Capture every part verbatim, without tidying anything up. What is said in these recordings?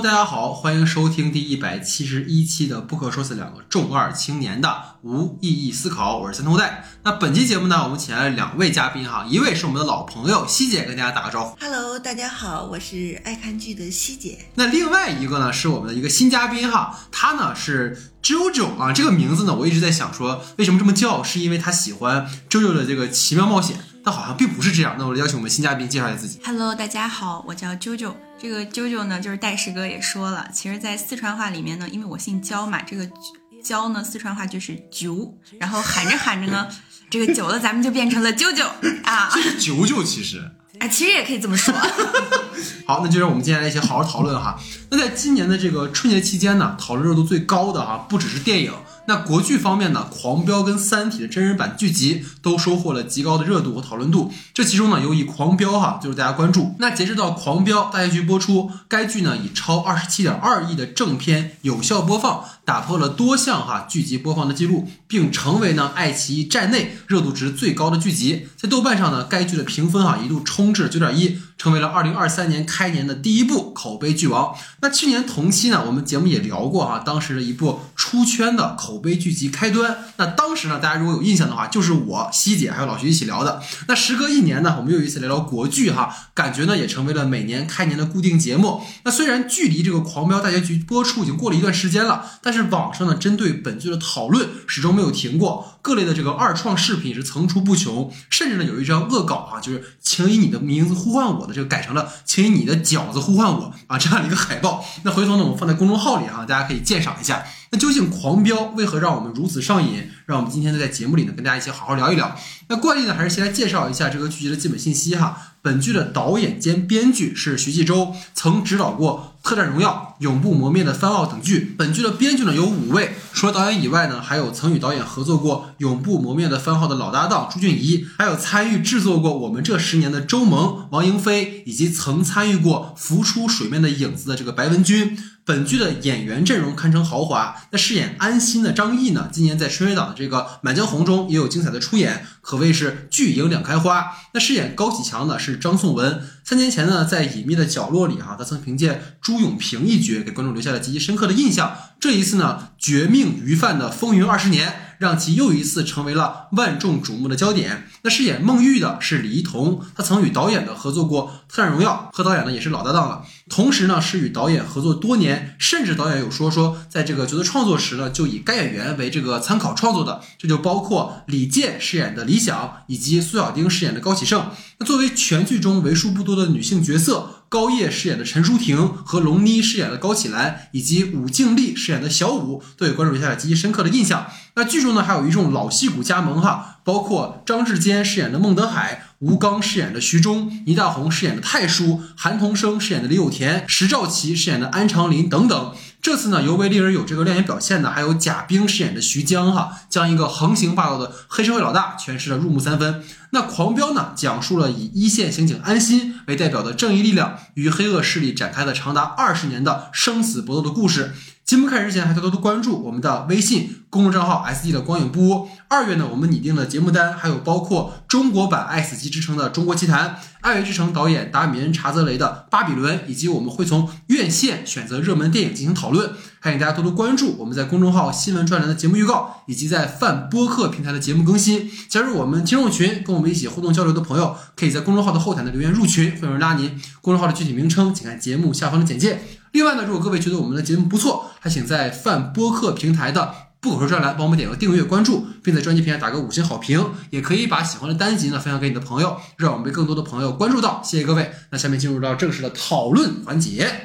大家好，欢迎收听第一百七十一期的不可说死两个重二青年的无意义思考，我是三头带。那本期节目呢，我们请来了两位嘉宾哈，一位是我们的老朋友西姐，跟大家打个招呼。 Hello， 大家好，我是爱看剧的西姐。 那另外一个呢，是我们的一个新嘉宾哈，他呢是JoJo 啊，这个名字呢，我一直在想说为什么这么叫，是因为他喜欢 JoJo 的这个奇妙冒险。但好像并不是这样，那我邀请我们新嘉宾介绍一下自己。 Hello， 大家好，我叫 JoJo。这个 JoJo 呢，就是戴师哥也说了，其实在四川话里面呢，因为我姓焦嘛，这个焦呢，四川话就是九，然后喊着喊着呢，这个久了咱们就变成了啾啾啊， 这是九九其实。 啊，其实也可以这么说。 好，那就让我们接下来一起好好讨论哈。那在今年的这个春节期间呢，讨论热度最高的哈，不只是电影。那国剧方面呢，《狂飙》跟《三体》的真人版剧集都收获了极高的热度和讨论度。这其中呢，有以《狂飙》哈就是大家关注。那截止到《狂飙》大结局播出，该剧呢以超 二十七点二亿的正片有效播放，打破了多项哈剧集播放的记录，并成为呢爱奇艺站内热度值最高的剧集。在豆瓣上呢，该剧的评分哈一度冲至 九点一，成为了二零二三年开年的第一部口碑剧王。那去年同期呢，我们节目也聊过哈，当时的一部出圈的口碑剧集开端。那当时呢，大家如果有印象的话，就是我西姐还有老徐一起聊的。那时隔一年呢，我们又一次聊聊国剧哈，感觉呢也成为了每年开年的固定节目。那虽然距离这个《狂飙》大结局播出已经过了一段时间了，但是网上呢针对本剧的讨论始终没有停过，各类的这个二创视频是层出不穷，甚至呢有一张恶搞啊，就是请以你的名字呼唤我的这个改成了请以你的饺子呼唤我啊，这样的一个海报。那回头呢我们放在公众号里啊，大家可以鉴赏一下。那究竟《狂飙》为何让我们如此上瘾？让我们今天在节目里呢跟大家一起好好聊一聊。那惯例呢，还是先来介绍一下这个剧集的基本信息哈。本剧的导演兼编剧是徐纪周，曾指导过《特战荣耀》、《永不磨灭的番奥》等剧。本剧的编剧呢有五位，除了导演以外呢，还有曾与导演合作过《永不磨灭的番号》的老搭档朱俊怡，还有参与制作过《我们这十年》的周萌、王莹飞，以及曾参与过《浮出水面的影子》的这个白文君。本剧的演员阵容堪称豪华，那饰演安心的张译呢，今年在春节档的这个《满江红》中也有精彩的出演，可谓是巨影两开花。那饰演高启强呢是张颂文，三年前呢在《隐秘的角落》里哈，他曾凭借朱永平一角给观众留下了极其深刻的印象。这一次呢，绝命鱼贩的风云二十年，让其又一次成为了万众瞩目的焦点。那饰演孟玉的是李一桐，他曾与导演的合作过《特战荣耀》，和导演呢也是老搭档了。同时呢，是与导演合作多年，甚至导演有说说，在这个角色创作时呢，就以该演员为这个参考创作的。这就包括李健饰演的李想，以及苏小丁饰演的高启盛。那作为全剧中为数不多的女性角色，高叶饰演的陈淑婷和龙妮饰演的高启兰，以及武敬丽饰演的小武，都给观众留下了极其深刻的印象。那剧中呢，还有一众老戏骨加盟哈，包括张志坚饰演的孟德海，吴刚饰演的徐忠，倪大红饰演的太叔，韩童生饰演的李有田，石兆琪饰演的安长林等等。这次呢，尤为令人有这个亮眼表现的还有贾冰饰演的徐江哈，将一个横行霸道的黑社会老大诠释了入木三分。那《狂飙》呢，讲述了以一线刑警安心为代表的正义力量与黑恶势力展开的长达二十年的生死搏斗的故事。节目开始之前，还多多关注我们的微信公众账号 S D 的光影不污。二月呢，我们拟定了节目单，还有包括中国版爱死机之城的《中国奇谭》，爱乐之城导演达米恩·查泽雷的《巴比伦》，以及我们会从院线选择热门电影进行讨论。还请大家多多关注我们在公众号新闻专栏的节目预告，以及在泛播客平台的节目更新。加入我们听众群，跟我们一起互动交流的朋友，可以在公众号的后台的留言入群，会有人拉您。公众号的具体名称，请看节目下方的简介。另外呢，如果各位觉得我们的节目不错，还请在泛播客平台的不可说专栏帮我们点个订阅关注，并在专辑平台打个五星好评，也可以把喜欢的单集呢分享给你的朋友，让我们被更多的朋友关注到。谢谢各位。那下面进入到正式的讨论环节。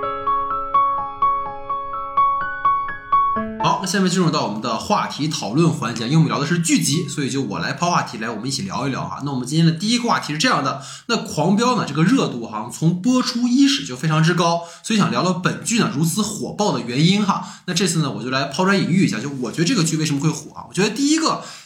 好，那下面进入到我们的话题讨论环节，因为我们聊的是剧集，所以就我来抛话题，来我们一起聊一聊哈。那我们今天的第一个话题是这样的，那《狂飙》呢这个热度哈，从播出伊始就非常之高，所以想聊聊本剧呢如此火爆的原因哈。那这次呢，我就来抛砖引玉一下，就我觉得这个剧为什么会火啊？我觉得第一个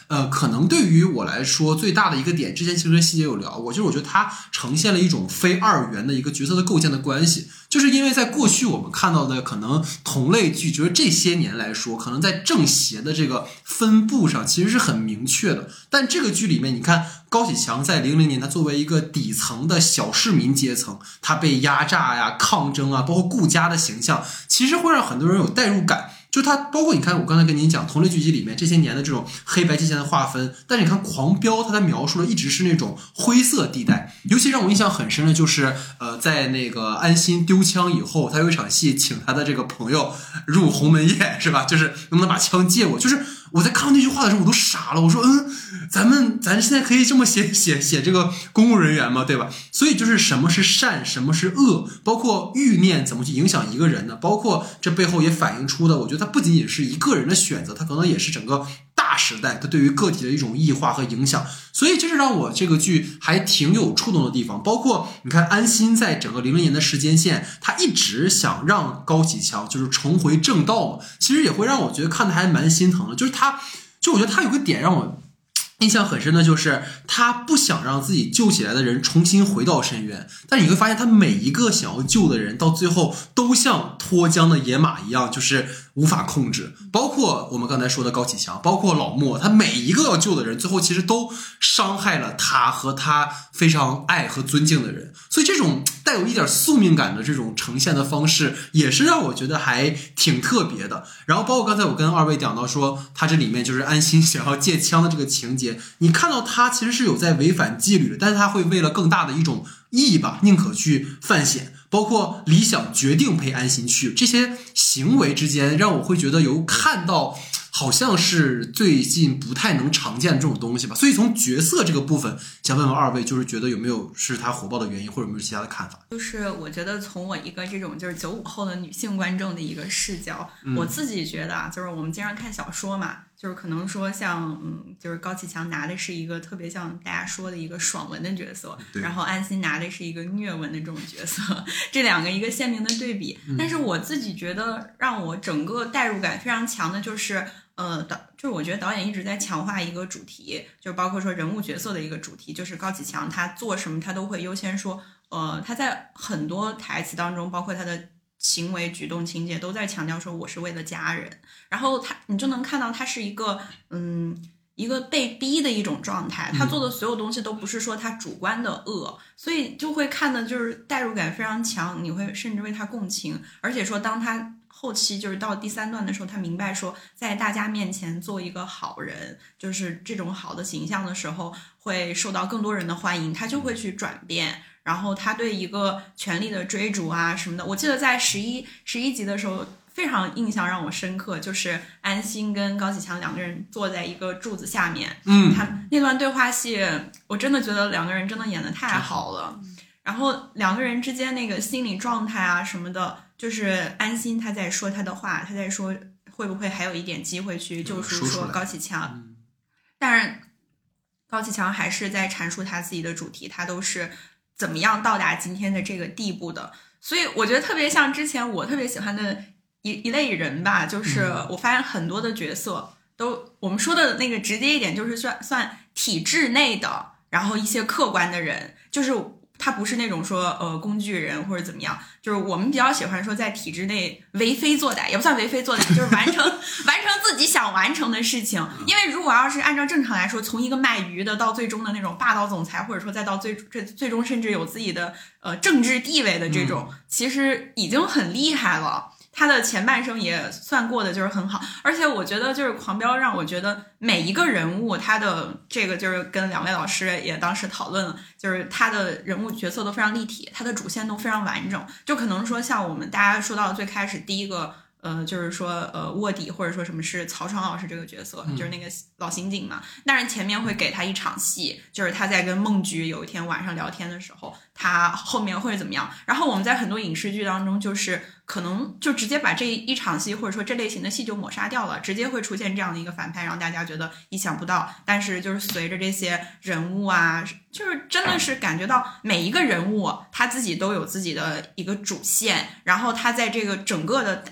呃，可能对于我来说最大的一个点，之前其实跟希姐有聊过，就是我觉得它呈现了一种非二元的一个角色的构建的关系。就是因为在过去我们看到的可能同类剧，就是这些年来说，可能在正邪的这个分布上其实是很明确的。但这个剧里面，你看高启强在零零年，他作为一个底层的小市民阶层，他被压榨呀、抗争啊，包括顾家的形象，其实会让很多人有代入感。就它包括你看我刚才跟你讲同类剧集里面这些年的这种黑白界限的划分，但是你看狂飙它的描述的一直是那种灰色地带。尤其让我印象很深的就是呃，在那个安心丢枪以后，他有一场戏请他的这个朋友入鸿门宴，是吧？就是能不能把枪借我，就是我在看到那句话的时候我都傻了，我说嗯，咱们咱现在可以这么写写写这个公务人员吗？对吧？所以就是什么是善，什么是恶，包括欲念怎么去影响一个人呢？包括这背后也反映出的，我觉得它不仅仅是一个人的选择，它可能也是整个大时代它对于个体的一种异化和影响。所以这是让我这个剧还挺有触动的地方。包括你看安心在整个零零年的时间线，他一直想让高启强就是重回正道嘛，其实也会让我觉得看的还蛮心疼的。就是他就我觉得他有个点让我印象很深的，就是他不想让自己救起来的人重新回到深渊，但你会发现他每一个想要救的人到最后都像脱缰的野马一样，就是无法控制。包括我们刚才说的高启强，包括老莫，他每一个要救的人最后其实都伤害了他和他非常爱和尊敬的人。所以这种带有一点宿命感的这种呈现的方式也是让我觉得还挺特别的。然后包括刚才我跟二位讲到说他这里面就是安心想要借枪的这个情节，你看到他其实是有在违反纪律的，但是他会为了更大的一种意义吧，宁可去犯险。包括理想决定陪安心去，这些行为之间让我会觉得有看到好像是最近不太能常见的这种东西吧。所以从角色这个部分想问问二位，就是觉得有没有是他火爆的原因，或者有没有其他的看法？ 就是我觉得从我一个这种就是九五后的女性观众的一个视角、嗯、我自己觉得啊，就是我们经常看小说嘛，就是可能说像嗯，就是高启强拿的是一个特别像大家说的一个爽文的角色，然后安心拿的是一个虐文的这种角色，这两个一个鲜明的对比、嗯、但是我自己觉得让我整个代入感非常强的就是呃，导就是我觉得导演一直在强化一个主题，就包括说人物角色的一个主题，就是高启强他做什么他都会优先说呃，他在很多台词当中包括他的行为举动情节都在强调说我是为了家人，然后他你就能看到他是一个嗯一个被逼的一种状态，他做的所有东西都不是说他主观的恶，所以就会看的就是代入感非常强，你会甚至为他共情。而且说当他后期就是到第三段的时候，他明白说在大家面前做一个好人，就是这种好的形象的时候会受到更多人的欢迎，他就会去转变。然后他对一个权力的追逐啊什么的，我记得在十一十一集的时候非常印象让我深刻，就是安心跟高启强两个人坐在一个柱子下面，嗯，他那段对话戏我真的觉得两个人真的演得太好了，然后两个人之间那个心理状态啊什么的，就是安心他在说他的话，他在说会不会还有一点机会去救赎说高启强、嗯、但是高启强还是在阐述他自己的主题，他都是怎么样到达今天的这个地步的。所以我觉得特别像之前我特别喜欢的一一类人吧，就是我发现很多的角色都我们说的那个直接一点就是算算体制内的，然后一些客观的人，就是他不是那种说呃工具人或者怎么样，就是我们比较喜欢说在体制内为非作歹，也不算为非作歹，就是完成完成自己想完成的事情。因为如果要是按照正常来说，从一个卖鱼的到最终的那种霸道总裁，或者说再到最最最终甚至有自己的呃政治地位的这种、嗯、其实已经很厉害了，他的前半生也算过的就是很好。而且我觉得就是狂飙让我觉得每一个人物他的这个就是跟两位老师也当时讨论了，就是他的人物角色都非常立体，他的主线都非常完整。就可能说像我们大家说到最开始第一个呃，就是说呃卧底或者说什么是曹爽老师这个角色、嗯、就是那个老刑警嘛，但是前面会给他一场戏，就是他在跟孟菊有一天晚上聊天的时候，他后面会怎么样。然后我们在很多影视剧当中就是可能就直接把这一场戏或者说这类型的戏就抹杀掉了，直接会出现这样的一个反派让大家觉得意想不到。但是就是随着这些人物啊，就是真的是感觉到每一个人物他自己都有自己的一个主线，然后他在这个整个的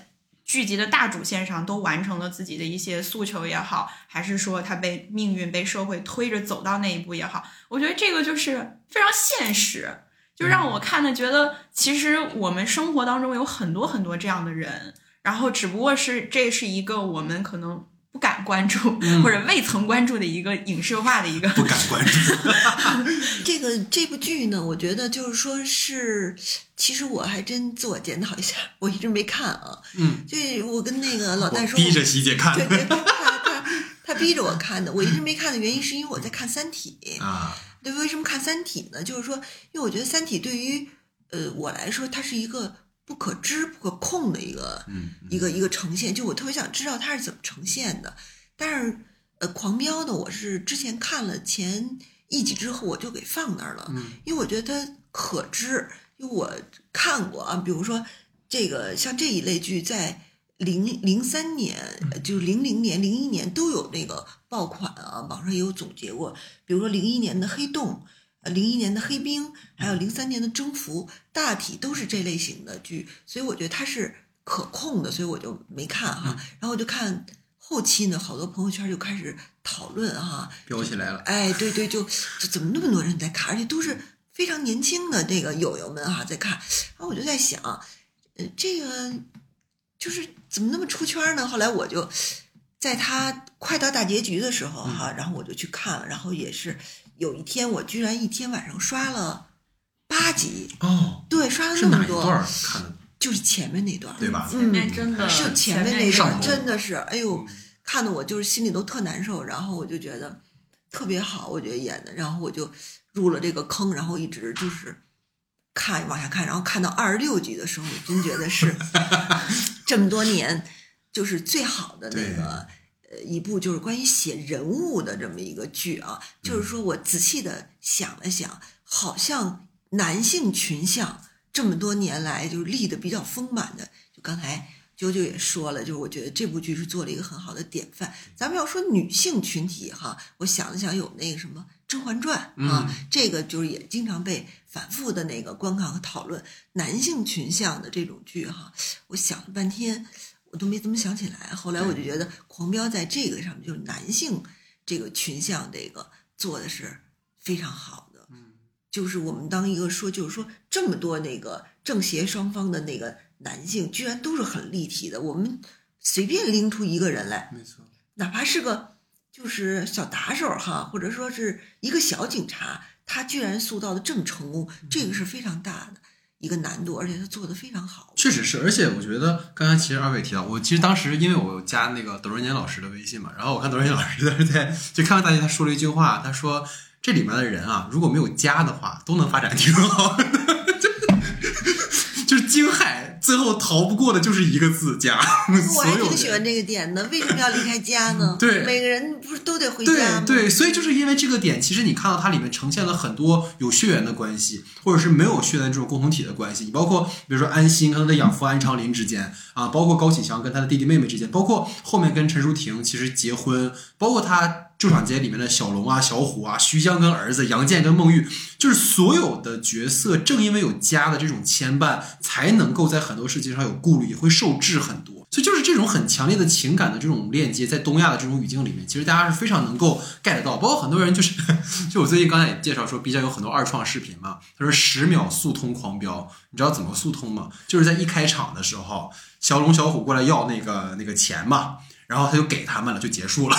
剧集的大主线上都完成了自己的一些诉求也好，还是说他被命运被社会推着走到那一步也好，我觉得这个就是非常现实，就让我看的觉得其实我们生活当中有很多很多这样的人，然后只不过是这是一个我们可能不敢关注、嗯、或者未曾关注的一个影视化的一个不敢关注这个这部剧呢，我觉得就是说是其实我还真自我检讨一下，我一直没看啊。嗯，就我跟那个老戴说， 逼着希姐看的， 对对，他他他逼着我看的。我一直没看的原因是因为我在看《三体》啊。对，为什么看《三体》呢？就是说，因为我觉得《三体》对于呃我来说，它是一个不可知、不可控的一个、嗯、一个一个呈现。就我特别想知道它是怎么呈现的。但是呃，《狂飙》呢，我是之前看了前一集之后，我就给放那儿了，嗯、因为我觉得它可知。因为我看过啊，比如说这个像这一类剧，在零零三年，就是零零年、零一年都有那个爆款啊，网上也有总结过。比如说零一年的《黑洞》，呃，零一年的《黑冰》，还有零三年的《征服》，大体都是这类型的剧，所以我觉得它是可控的，所以我就没看哈。然后我就看后期呢，好多朋友圈就开始讨论哈， 飙起来了。 哎，对对，就就怎么那么多人在看，而且都是非常年轻的这个友友们哈在看，然后我就在想，呃，这个就是怎么那么出圈呢？后来我就在他快到大结局的时候哈，然后我就去看了，然后也是有一天我居然一天晚上刷了八集哦， 对，刷了那么多。 是哪一段看的？ 就是前面那段， 对吧？ 前面真的、 嗯、是前面那段，真的是，哎呦， 嗯、 看得我就是心里都特难受，然后我就觉得特别好，我觉得演的，然后我就入了这个坑，然后一直就是看往下看，然后看到二十六集的时候，我真觉得是这么多年就是最好的那个呃一部就是关于写人物的这么一个剧啊，就是说我仔细的想了想，好像男性群像这么多年来就是立得比较丰满的，就刚才啾啾也说了，就是我觉得这部剧是做了一个很好的典范。咱们要说女性群体哈，我想了想，有那个什么《甄嬛传》啊、嗯，这个就是也经常被反复的那个观看和讨论。男性群像的这种剧哈，我想了半天，我都没怎么想起来。后来我就觉得《狂飙》在这个上面就是男性这个群像这个做的是非常好的。就是我们当一个说，就是说这么多那个正邪双方的那个男性，居然都是很立体的。我们随便拎出一个人来， 没错， 哪怕是个就是小打手哈，或者说是一个小警察，他居然塑造的这么成功，这个是非常大的一个难度，而且他做的非常好。 确实是，而且我觉得刚才其实二位提到，我其实当时因为我有加那个窦润年老师的微信嘛，然后我看窦润年老师在在就看到大家他说了一句话，他说这里面的人啊，如果没有家的话，都能发展挺好的。就是惊骇，最后逃不过的就是一个字家。 我还挺喜欢这个点的，为什么要离开家呢？ 对， 每个人不是都得回家吗？ 对对，所以就是因为这个点，其实你看到它里面呈现了很多有血缘的关系，或者是没有血缘这种共同体的关系。你包括比如说安心跟他的养父安长林之间啊，包括高启强跟他的弟弟妹妹之间，包括后面跟陈淑婷其实结婚，包括他旧场街里面的小龙啊、小虎啊、徐江跟儿子、杨健跟孟玉，就是所有的角色，正因为有家的这种牵绊，才能够在很多事情上有顾虑，也会受制很多。所以就是这种很强烈的情感的这种链接，在东亚的这种语境里面，其实大家是非常能够 get 到。包括很多人就是，就我最近刚才也介绍说 ，B 站有很多二创视频嘛，他说十秒速通狂飙，你知道怎么速通吗？就是在一开场的时候，小龙小虎过来要那个那个钱嘛，然后他就给他们了，就结束了。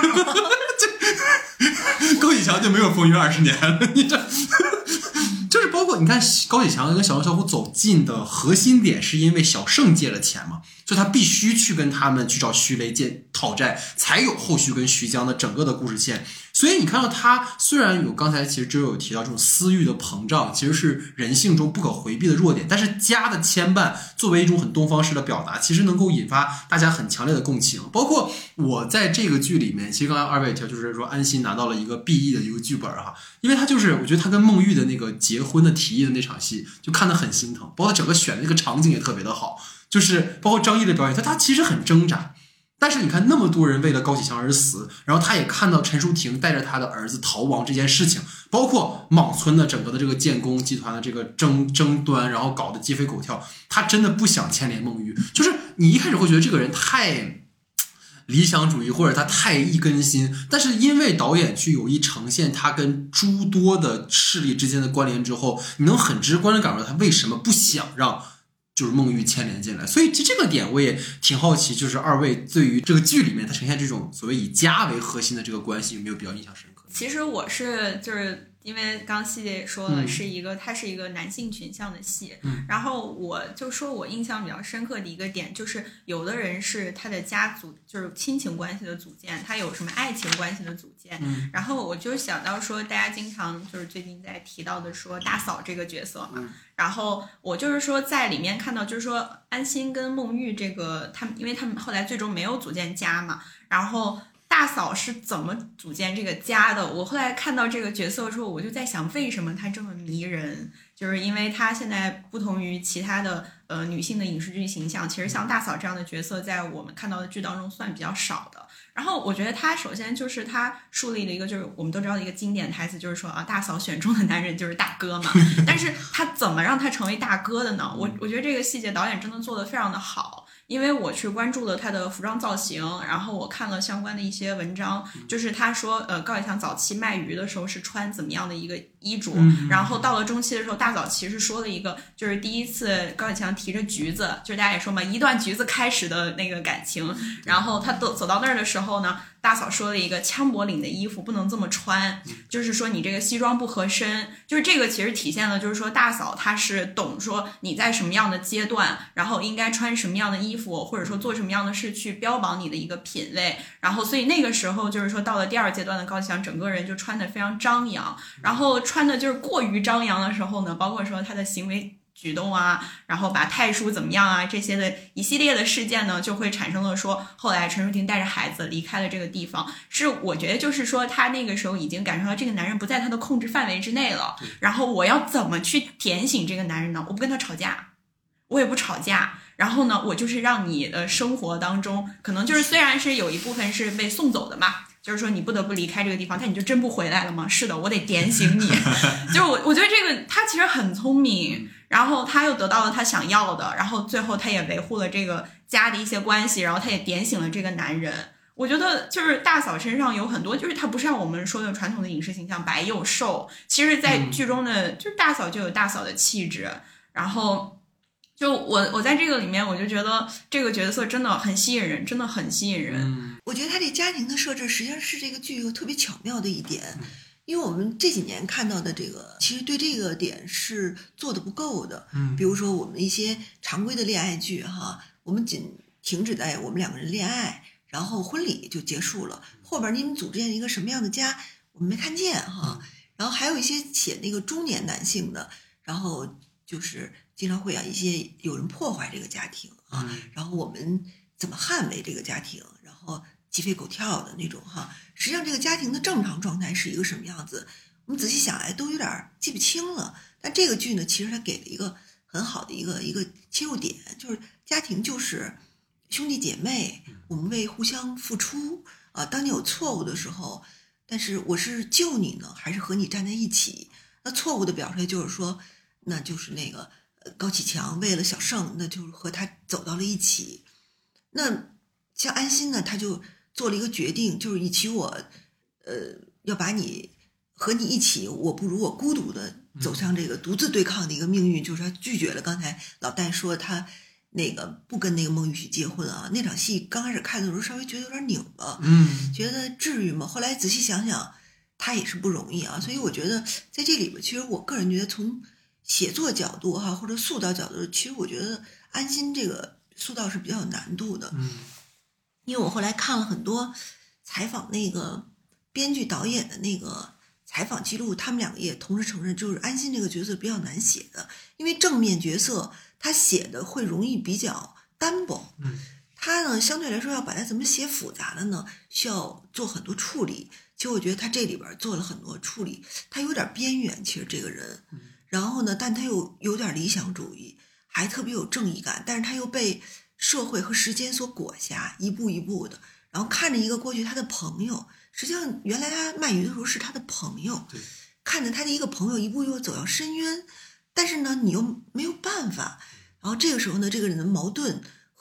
高启强就没有风云二十年了，你这就是包括你看高启强跟小龙小虎走近的核心点，是因为小盛借了钱嘛，所以他必须去跟他们去找徐雷借讨债，才有后续跟徐江的整个的故事线。所以你看到他虽然有刚才其实就有提到这种私欲的膨胀，其实是人性中不可回避的弱点，但是家的牵绊作为一种很东方式的表达，其实能够引发大家很强烈的共情。包括我在这个剧里面，其实刚才二位提到就是说安心拿到了一个 B E 的一个剧本哈，因为他就是我觉得他跟孟玉的那个结婚的提议的那场戏就看得很心疼，包括整个选的那个场景也特别的好，就是包括张译的表演，他他其实很挣扎。但是你看那么多人为了高启强而死，然后他也看到陈淑婷带着他的儿子逃亡这件事情，包括莽村的整个的这个建工集团的这个争争端，然后搞得鸡飞狗跳，他真的不想牵连孟玉。就是你一开始会觉得这个人太理想主义，或者他太一根筋，但是因为导演去有意呈现他跟诸多的势力之间的关联之后，你能很直观的感受到他为什么不想让就是孟玉牵连进来。所以其实这个点我也挺好奇，就是二位对于这个剧里面他呈现这种所谓以家为核心的这个关系有没有比较印象深刻？ 其实我是就是因为刚细节也说了，是一个它是一个男性群像的戏， 嗯， 然后我就说我印象比较深刻的一个点就是，有的人是他的家族就是亲情关系的组建，他有什么爱情关系的组建， 嗯， 然后我就想到说，大家经常就是最近在提到的说大嫂这个角色嘛， 嗯， 然后我就是说在里面看到就是说安心跟孟玉这个他们，因为他们后来最终没有组建家嘛，然后大嫂是怎么组建这个家的？我后来看到这个角色的时候，我就在想，为什么她这么迷人？就是因为她现在不同于其他的呃女性的影视剧形象，其实像大嫂这样的角色，在我们看到的剧当中算比较少的。然后我觉得她首先就是她树立了一个，就是我们都知道的一个经典台词，就是说啊，大嫂选中的男人就是大哥嘛。但是她怎么让他成为大哥的呢？我我觉得这个细节导演真的做得非常的好。因为我去关注了他的服装造型，然后我看了相关的一些文章，就是他说，呃，高以翔早期卖鱼的时候是穿怎么样的一个衣着，然后到了中期的时候，大早期是说了一个，就是第一次高以翔提着橘子，就是大家也说嘛，一段橘子开始的那个感情，然后他走走到那儿的时候呢，大嫂说了一个枪驳领的衣服不能这么穿，就是说你这个西装不合身，就是这个其实体现了就是说大嫂她是懂说你在什么样的阶段，然后应该穿什么样的衣服，或者说做什么样的事去标榜你的一个品味，然后所以那个时候就是说到了第二阶段的高以翔整个人就穿得非常张扬，然后穿的就是过于张扬的时候呢，包括说他的行为举动啊，然后把太叔怎么样啊，这些的一系列的事件呢，就会产生了说后来陈淑婷带着孩子离开了这个地方，是我觉得就是说他那个时候已经感受到这个男人不在他的控制范围之内了，然后我要怎么去点醒这个男人呢？我不跟他吵架，我也不吵架，然后呢，我就是让你的生活当中可能就是虽然是有一部分是被送走的嘛，就是说你不得不离开这个地方，但你就真不回来了吗？是的，我得点醒你。就是我我觉得这个他其实很聪明，然后他又得到了他想要的，然后最后他也维护了这个家的一些关系，然后他也点醒了这个男人。我觉得就是大嫂身上有很多，就是她不是像我们说的传统的影视形象白又瘦，其实在剧中的、嗯、就是大嫂就有大嫂的气质，然后就我我在这个里面我就觉得这个角色真的很吸引人，真的很吸引人。 嗯，我觉得他这家庭的设置实际上是这个剧一个特别巧妙的一点，因为我们这几年看到的这个其实对这个点是做的不够的。嗯，比如说我们一些常规的恋爱剧哈，我们仅停止在我们两个人恋爱，然后婚礼就结束了，后边你们组建一个什么样的家我们没看见哈。然后还有一些写那个中年男性的，然后就是经常会啊一些有人破坏这个家庭啊，然后我们怎么捍卫这个家庭，然后鸡飞狗跳的那种哈。实际上这个家庭的正常状态是一个什么样子，我们仔细想来都有点记不清了。但这个剧呢，其实它给了一个很好的一个一个切入点，就是家庭就是兄弟姐妹，我们为互相付出啊。当你有错误的时候，但是我是救你呢，还是和你站在一起？那错误的表出来就是说，那就是那个高启强为了小盛，那就是和他走到了一起。那像安心呢，他就做了一个决定，就是与其我呃要把你和你一起，我不如我孤独的走向这个独自对抗的一个命运。就是他拒绝了刚才老戴说他那个不跟那个孟玉许结婚啊。那场戏刚开始看的时候稍微觉得有点拧巴，嗯，觉得至于吗？后来仔细想想，他也是不容易啊。所以我觉得在这里边，其实我个人觉得从写作角度哈，或者塑造角度，其实我觉得安心这个塑造是比较有难度的。嗯，因为我后来看了很多采访那个编剧导演的那个采访记录，他们两个也同时承认，就是安心这个角色比较难写的，因为正面角色他写的会容易比较单薄。嗯，他呢相对来说要把它怎么写复杂了呢，需要做很多处理。其实我觉得他这里边做了很多处理，他有点边缘，其实这个人。嗯，然后呢，但他又有点理想主义，还特别有正义感，但是他又被社会和时间所裹挟，一步一步的。然后看着一个过去他的朋友，实际上原来他卖鱼的时候是他的朋友，看着他的一个朋友一步一步走向深渊，但是呢你又没有办法。然后这个时候呢，这个人的矛盾和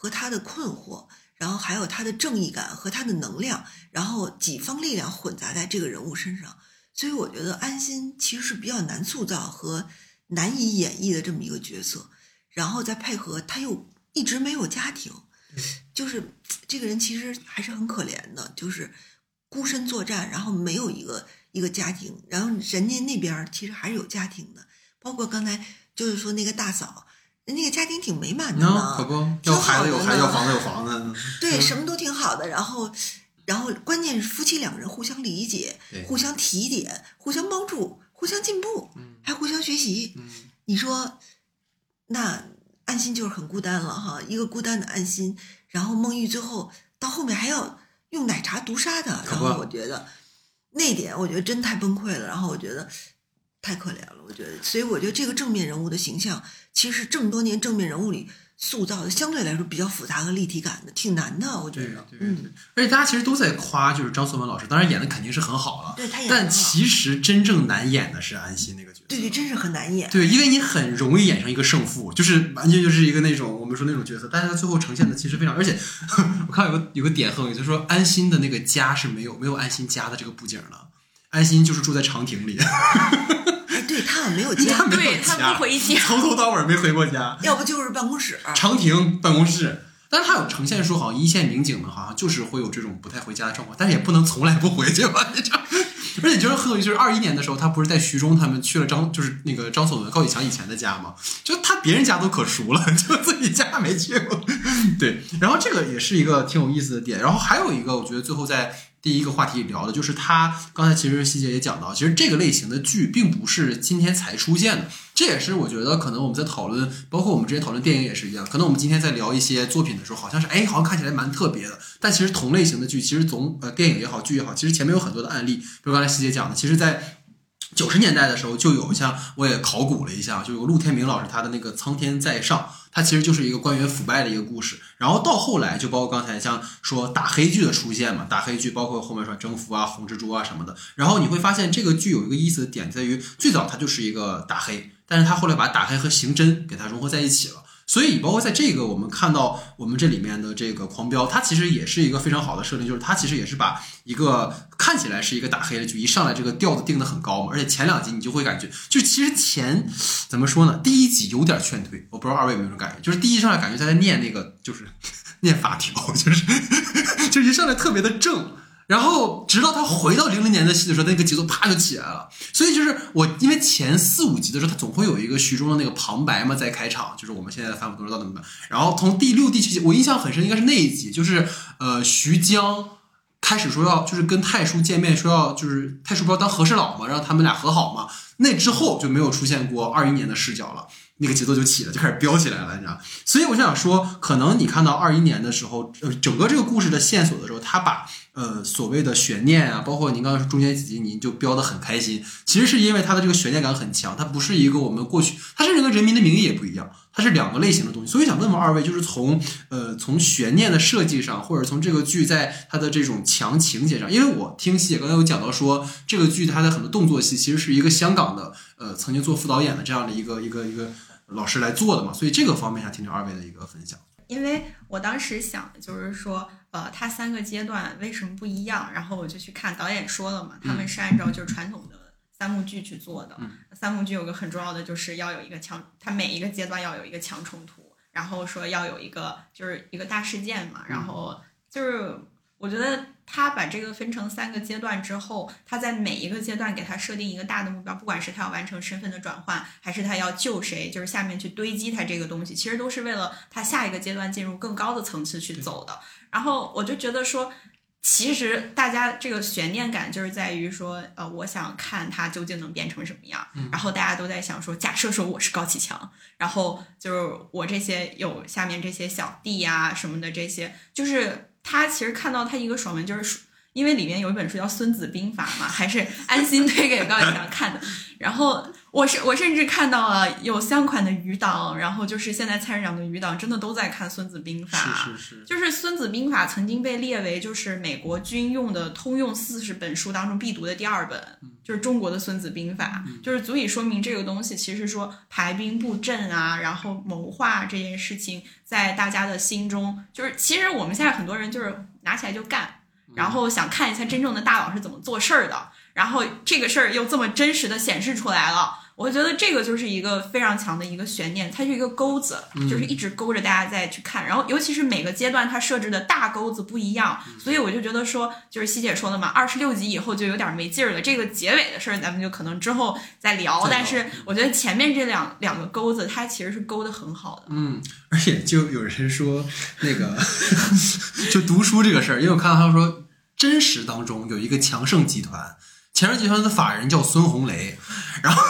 和他的困惑，然后还有他的正义感和他的能量，然后几方力量混杂在这个人物身上。所以我觉得安心其实是比较难塑造和难以演绎的这么一个角色，然后再配合他又一直没有家庭，就是这个人其实还是很可怜的，就是孤身作战，然后没有一个一个家庭，然后人家那边其实还是有家庭的，包括刚才就是说那个大嫂，那个家庭挺美满的呢， no, 可不要孩子有孩子，要房子有房子， 对，什么都挺好的。然后，然后关键是夫妻两人互相理解，互相提点，互相帮助，互相进步，还互相学习。 嗯、 你说，那安心就是很孤单了哈，一个孤单的安心。然后孟玉最后到后面还要用奶茶毒杀他，然后我觉得那点我觉得真太崩溃了，然后我觉得太可怜了，我觉得，所以我觉得这个正面人物的形象其实是这么多年正面人物里塑造的相对来说比较复杂和立体感的，挺难的，我觉得。 对对对，嗯，而且大家其实都在夸，就是张颂文老师，当然演的肯定是很好了， 对他演， 但其实真正难演的是安心那个角色。 对对，真是很难演。 对，因为你很容易演成一个胜负，就是完全就是一个那种我们说那种角色，但是他最后呈现的其实非常，而且我看有个有个点很有意思，就是说安心的那个家是没有没有安心家的这个布景的，安心就是住在长亭里。 对，他好像没有家， 对，他不回家， 从头到尾没回过家， 要不就是办公室、 长亭办公室。但是他有呈现说，好像一线民警们好像就是会有这种不太回家的状况，但是也不能从来不回去吧，你知道。而且就是很有意思，就是二一年的时候，他不是在徐中他们去了张，就是那个张颂文、高启强以前的家嘛，就他别人家都可熟了，就自己家没去过。对，然后这个也是一个挺有意思的点。然后还有一个，我觉得最后在第一个话题里聊的就是他刚才其实希姐也讲到，其实这个类型的剧并不是今天才出现的，这也是我觉得可能我们在讨论，包括我们之前讨论电影也是一样，可能我们今天在聊一些作品的时候，好像是哎，好像看起来蛮特别的，但其实同类型的剧，其实总呃电影也好，剧也好，其实前面有很多的案例，比如刚才希姐讲的，其实在九十年代的时候就有，像我也考古了一下，就有陆天明老师他的那个《苍天在上》，它其实就是一个关于腐败的一个故事。然后到后来就包括刚才像说打黑剧的出现嘛，打黑剧包括后面说征服啊、红蜘蛛啊什么的。然后你会发现这个剧有一个意思的点在于，最早它就是一个打黑，但是它后来把打黑和刑侦给它融合在一起了。所以包括在这个我们看到我们这里面的这个狂飙，它其实也是一个非常好的设定，就是它其实也是把一个看起来是一个打黑的剧，一上来这个调子定得很高嘛，而且前两集你就会感觉，就其实前怎么说呢，第一集有点劝退，我不知道二位有没有这种感觉，就是第一上来感觉他在念那个就是念法条，就是就一上来特别的正。然后直到他回到零零年的戏的时候，那个节奏啪就起来了。所以就是我因为前四五集的时候，他总会有一个徐中的那个旁白嘛在开场，就是我们现在的反腐都知道怎么办。然后从第六第七集，我印象很深，应该是那一集，就是呃徐江开始说要就是跟太叔见面，说要就是太叔不要当和事佬嘛，让他们俩和好嘛。那之后就没有出现过二一年的视角了。那个节奏就起了，就开始飙起来了，你知道。所以我想说，可能你看到二一年的时候，呃，整个这个故事的线索的时候，他把呃所谓的悬念啊，包括您刚刚说中间几集，您就飙得很开心，其实是因为它的这个悬念感很强，它不是一个我们过去，它甚至跟《人民的名义》也不一样，它是两个类型的东西。所以想问问二位，就是从呃从悬念的设计上，或者从这个剧在它的这种强情节上，因为我听希姐刚才有讲到说，这个剧它的很多动作戏其实是一个香港的呃曾经做副导演的这样的一个一个一个。老师来做的嘛，所以这个方面想听听二位的一个分享。 因为我当时想的就是说，呃，它三个阶段为什么不一样？然后我就去看导演说了嘛，他们是按照就是传统的三幕剧去做的。嗯、三幕剧有个很重要的就是要有一个强，它每一个阶段要有一个强冲突，然后说要有一个就是一个大事件嘛，然后就是我觉得他把这个分成三个阶段之后，他在每一个阶段给他设定一个大的目标，不管是他要完成身份的转换，还是他要救谁，就是下面去堆积他这个东西，其实都是为了他下一个阶段进入更高的层次去走的。然后我就觉得说，其实大家这个悬念感就是在于说，呃，我想看他究竟能变成什么样。然后大家都在想说，假设说我是高启强，然后就是我这些有下面这些小弟呀、啊、什么的，这些就是他其实看到他一个爽文，就是因为里面有一本书叫《孙子兵法》嘛，还是安心推给高启强看的。 然后我是我甚至看到了有三款的余党，然后就是现在菜市场的余党真的都在看《孙子兵法》， 是是是， 就是《孙子兵法》曾经被列为就是美国军用的通用四十本书当中必读的第二本，就是中国的《孙子兵法》，就是足以说明这个东西其实说排兵布阵啊，然后谋划这件事情在大家的心中，就是其实我们现在很多人就是拿起来就干，然后想看一下真正的大佬是怎么做事儿的，然后这个事儿又这么真实的显示出来了，我觉得这个就是一个非常强的一个悬念，它是一个钩子，就是一直勾着大家再去看，然后尤其是每个阶段它设置的大钩子不一样，所以我就觉得说，就是希姐说的嘛，二十六集以后就有点没劲儿了，这个结尾的事儿咱们就可能之后再聊，但是我觉得前面这两两个钩子它其实是勾得很好的。 嗯，而且就有人说那个就读书这个事儿，因为我看到他说真实当中有一个强盛集团，强盛集团的法人叫孙红雷，然后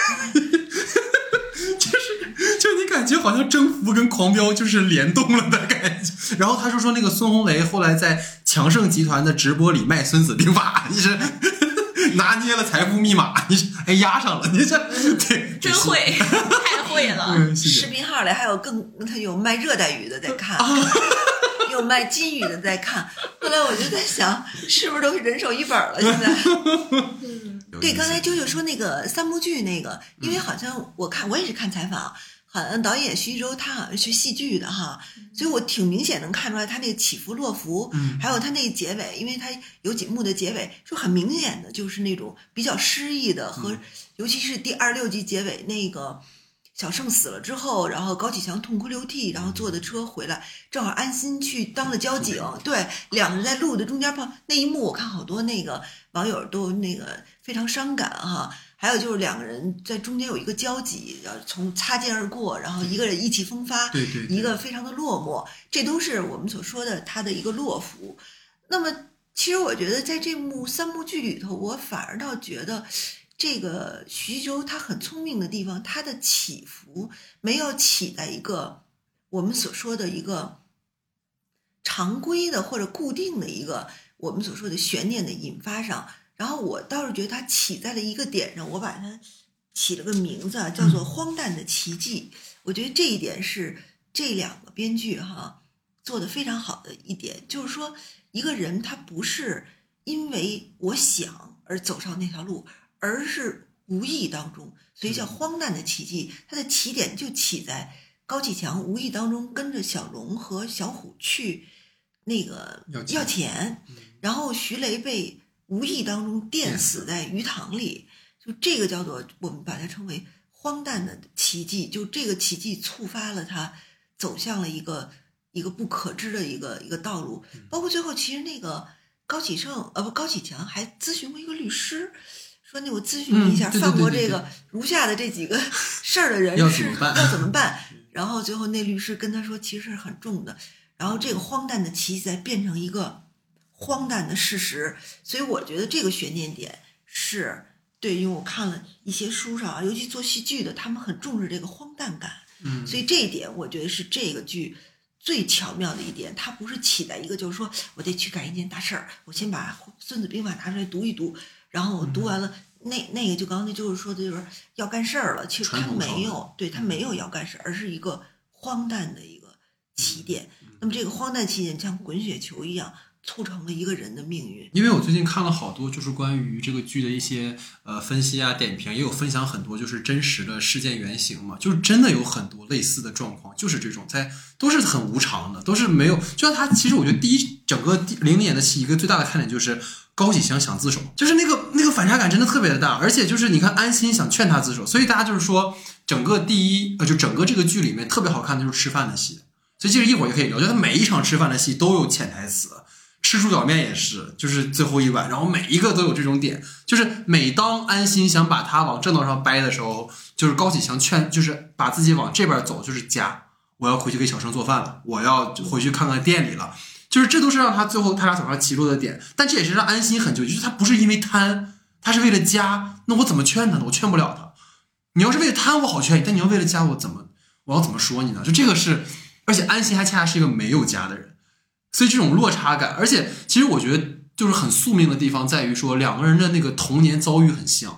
就是就你感觉好像征服跟狂飙就是联动了的感觉。然后他就说那个孙红雷后来在强盛集团的直播里卖孙子兵法，你是拿捏了财富密码，你是哎压上了，你这对真会太会了。 嗯， 视频号里还有更他有卖热带鱼的在看。有卖金鱼的在看，后来我就在想，是不是都是人手一本了？现在，嗯，对，刚才啾啾说那个三部剧那个，因为好像我看我也是看采访，好像导演徐州他好像是戏剧的哈，所以我挺明显能看出来他那个起伏落伏， 嗯， 还有他那个结尾，因为他有几幕的结尾就很明显的就是那种比较诗意的和，嗯，尤其是第二十六集结尾那个。小胜死了之后，然后高启强痛哭流涕，然后坐的车回来，正好安心去当了交警。对，两个人在路的中间碰那一幕，我看好多那个网友都那个非常伤感哈。还有就是两个人在中间有一个交集，然后从擦肩而过，然后一个人意气风发， 对对， 一个非常的落寞，这都是我们所说的他的一个落伏。那么，其实我觉得在这幕三部剧里头，我反而倒觉得。这个徐州他很聪明的地方，他的起伏没有起在一个我们所说的一个常规的或者固定的一个我们所说的悬念的引发上，然后我倒是觉得他起在了一个点上，我把它起了个名字啊，叫做荒诞的奇迹。我觉得这一点是这两个编剧哈做得非常好的一点，就是说一个人他不是因为我想而走上那条路，而是无意当中，所以叫荒诞的奇迹。它的起点就起在高启强无意当中跟着小龙和小虎去那个要钱，然后徐雷被无意当中电死在鱼塘里，就这个叫做我们把它称为荒诞的奇迹。就这个奇迹触发了他走向了一个一个不可知的一个一个道路，包括最后其实那个高启盛呃不高启强还咨询过一个律师。说那我咨询一下，犯过这个如下的这几个事儿的人是要怎么办？然后最后那律师跟他说，其实是很重的。然后这个荒诞的奇迹再变成一个荒诞的事实，所以我觉得这个悬念点是对，因为我看了一些书上啊，尤其做戏剧的，他们很重视这个荒诞感。 嗯， 所以这一点我觉得是这个剧最巧妙的一点，它不是起在一个就是说我得去干一件大事儿，我先把《孙子兵法》拿出来读一读。然后我读完了，嗯、那那个就刚才就是说的就是要干事儿了，其实他没有，对他没有要干事，而是一个荒诞的一个起点。嗯、那么这个荒诞起点像滚雪球一样，促成了一个人的命运。 因为我最近看了好多就是关于这个剧的一些呃分析啊、点评，也有分享很多就是真实的事件原型嘛，就是真的有很多类似的状况，就是这种在都是很无常的，都是没有。就像他其实我觉得第一整个零零年的戏一个最大的看点就是。高启强想自首，就是那个那个反差感真的特别的大，而且就是你看安心想劝他自首，所以大家就是说整个第一呃就整个这个剧里面特别好看的就是吃饭的戏，所以其实一会儿也可以聊，我觉得每一场吃饭的戏都有潜台词，吃猪脚面也是，就是最后一碗，然后每一个都有这种点，就是每当安心想把他往正道上掰的时候，就是高启强劝，就是把自己往这边走，就是家，我要回去给小生做饭了，我要回去看看店里了。就是这都是让他最后他俩走上歧路的点，但这也是让安心很纠结，就是他不是因为贪，他是为了家，那我怎么劝他呢？我劝不了他。你要是为了贪，我好劝你，但你要为了家，我怎么我要怎么说你呢？就这个是，而且安心还恰恰是一个没有家的人，所以这种落差感，而且其实我觉得就是很宿命的地方在于说两个人的那个童年遭遇很像，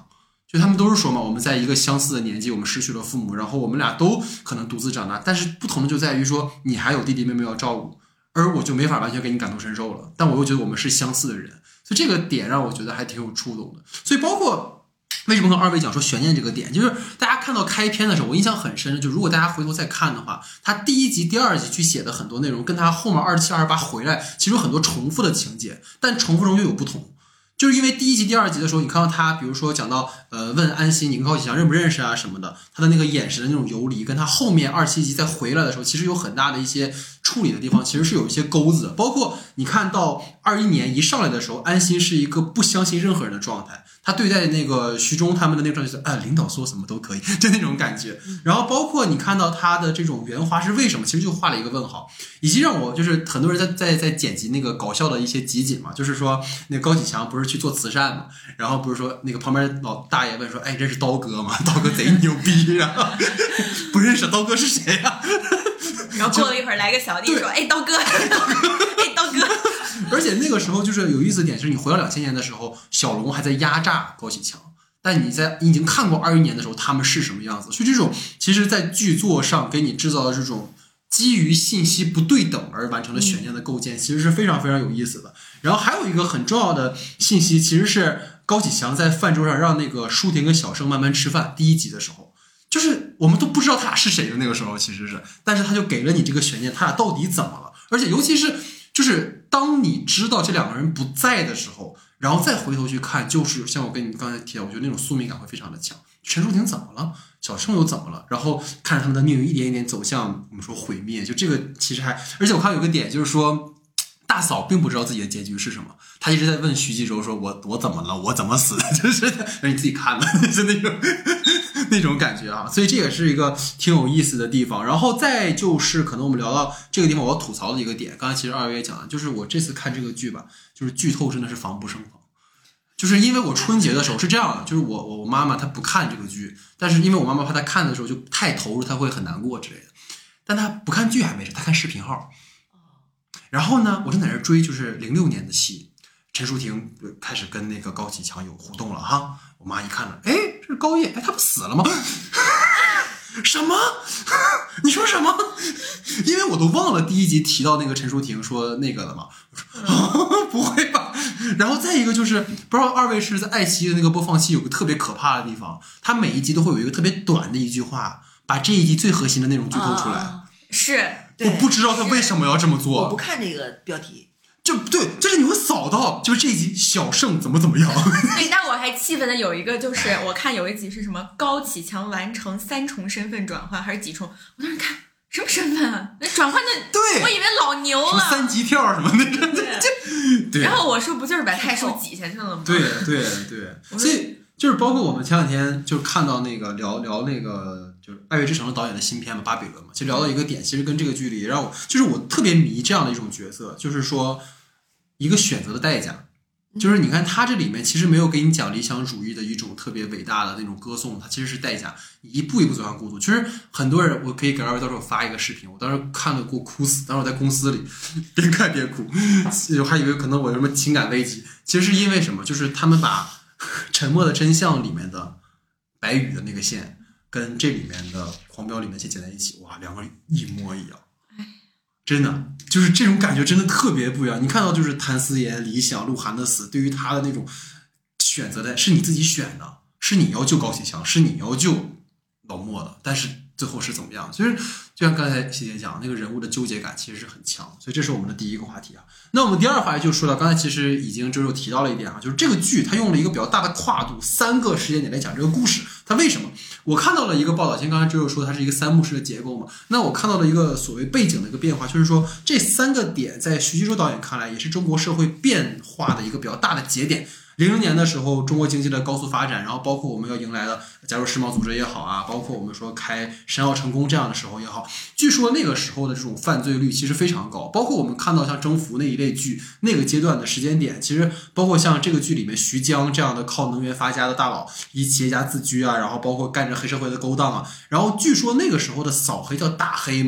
就他们都是说嘛，我们在一个相似的年纪，我们失去了父母，然后我们俩都可能独自长大，但是不同的就在于说你还有弟弟妹妹要照顾，而我就没法完全给你感同身受了，但我又觉得我们是相似的人，所以这个点让我觉得还挺有触动的。所以包括为什么跟二位讲说悬念这个点，就是大家看到开篇的时候，我印象很深，就如果大家回头再看的话，他第一集第二集去写的很多内容跟他后面二十七二十八回来其实有很多重复的情节，但重复中又有不同。就是因为第一集第二集的时候，你看到他比如说讲到呃问安心你跟高启强认不认识啊什么的，他的那个眼神的那种游离，跟他后面二十七集再回来的时候其实有很大的一些处理的地方，其实是有一些钩子的。包括你看到二一年一上来的时候，安心是一个不相信任何人的状态，他对待那个徐忠他们的那个状态就是，哎，领导说什么都可以，就那种感觉。然后包括你看到他的这种圆滑是为什么，其实就画了一个问号。以及让我就是很多人在在在剪辑那个搞笑的一些集锦嘛，就是说那个高启强不是去做慈善嘛，然后不是说那个旁边老大爷问说，哎，认识刀哥吗？刀哥贼牛逼，然后不认识，刀哥是谁呀、啊？ 然后过了一会儿来个小弟说，哎，刀哥，哎，刀哥。 而且那个时候就是有意思的点是，你回到两千年的时候，小龙还在压榨高启强，但你在你已经看过二一年的时候他们是什么样子，所以这种其实在剧作上给你制造的这种基于信息不对等而完成的悬念的构建，其实是非常非常有意思的。然后还有一个很重要的信息，其实是高启强在饭桌上让那个舒婷跟小生慢慢吃饭，第一集的时候，就是我们都不知道他俩是谁的那个时候，其实是，但是他就给了你这个悬念，他俩到底怎么了？而且尤其是就是当你知道这两个人不在的时候，然后再回头去看，就是像我跟你刚才提到，我觉得那种宿命感会非常的强。陈淑婷怎么了？小生又怎么了？然后看着他们的命运一点一点走向我们说毁灭，就这个其实还，而且我看有个点就是说，大嫂并不知道自己的结局是什么，她一直在问徐继周说：“我我怎么了？我怎么死的？”就是让你自己看的，就那种那种感觉啊。所以这也是一个挺有意思的地方。然后再就是可能我们聊到这个地方，我要吐槽的一个点，刚才其实二位也讲了，就是我这次看这个剧吧，就是剧透真的是防不胜防。就是因为我春节的时候是这样的，就是我我妈妈她不看这个剧，但是因为我妈妈怕她看的时候就太投入，她会很难过之类的。但她不看剧还没事，她看视频号。然后呢，我正在那追，就是零六年的戏，陈淑婷开始跟那个高启强有互动了哈。我妈一看了，哎，这是高叶，哎，他不死了吗？什么？你说什么？因为我都忘了第一集提到那个陈淑婷说那个了嘛。我说不会吧？然后再一个就是不知道二位是在爱奇艺的那个播放器有个特别可怕的地方，它每一集都会有一个特别短的一句话，把这一集最核心的内容剧透出来。 啊、 是， 我不知道他为什么要这么做。 我不看这个标题。 就对，就是你会扫到，就是这一集小胜怎么怎么样。 对，但我还气愤的有一个，就是我看有一集是什么高启强完成三重身份转换还是几重？我当时看什么身份啊？那转换的， 对， 我以为老牛了， 三级跳什么的， 对。 对。 然后我说不就是把太叔挤下去了吗？ 对对对，所以就是包括我们前两天就看到那个聊聊那个就是《爱乐之城》的导演的新片嘛，《巴比伦》嘛，其实聊到一个点，其实跟这个剧里让我就是我特别迷这样的一种角色，就是说一个选择的代价。就是你看他这里面其实没有给你讲理想主义的一种特别伟大的那种歌颂，它其实是代价，你一步一步走向孤独。其实很多人，我可以给二位到时候发一个视频，我当时看了给我哭死，当时我在公司里边看边哭，我还以为可能我有什么情感危机，其实是因为什么？就是他们把《沉默的真相》里面的白宇的那个线跟这里面的《狂飙》里面线剪在一起，哇，两个一模一样。真的就是这种感觉真的特别不一样。你看到就是谭思妍、李想、鹿晗的死，对于他的那种选择的是你自己选的，是你要救高启强，是你要救老莫的，但是最后是怎么样？其实就像刚才希姐讲，那个人物的纠结感其实是很强，所以这是我们的第一个话题啊。那我们第二个话题就说到，刚才其实已经周周提到了一点啊，就是这个剧它用了一个比较大的跨度，三个时间点来讲这个故事。它为什么？我看到了一个报道，像刚才周周说它是一个三幕式的结构嘛，那我看到了一个所谓背景的一个变化，就是说这三个点在徐继周导演看来也是中国社会变化的一个比较大的节点。零零年的时候，中国经济的高速发展，然后包括我们要迎来的加入世贸组织也好啊，包括我们说开申奥成功这样的时候也好，据说那个时候的这种犯罪率其实非常高。包括我们看到像征服那一类剧那个阶段的时间点，其实包括像这个剧里面徐江这样的靠能源发家的大佬，以企业家自居啊，然后包括干着黑社会的勾当啊，然后据说那个时候的扫黑叫打黑嘛。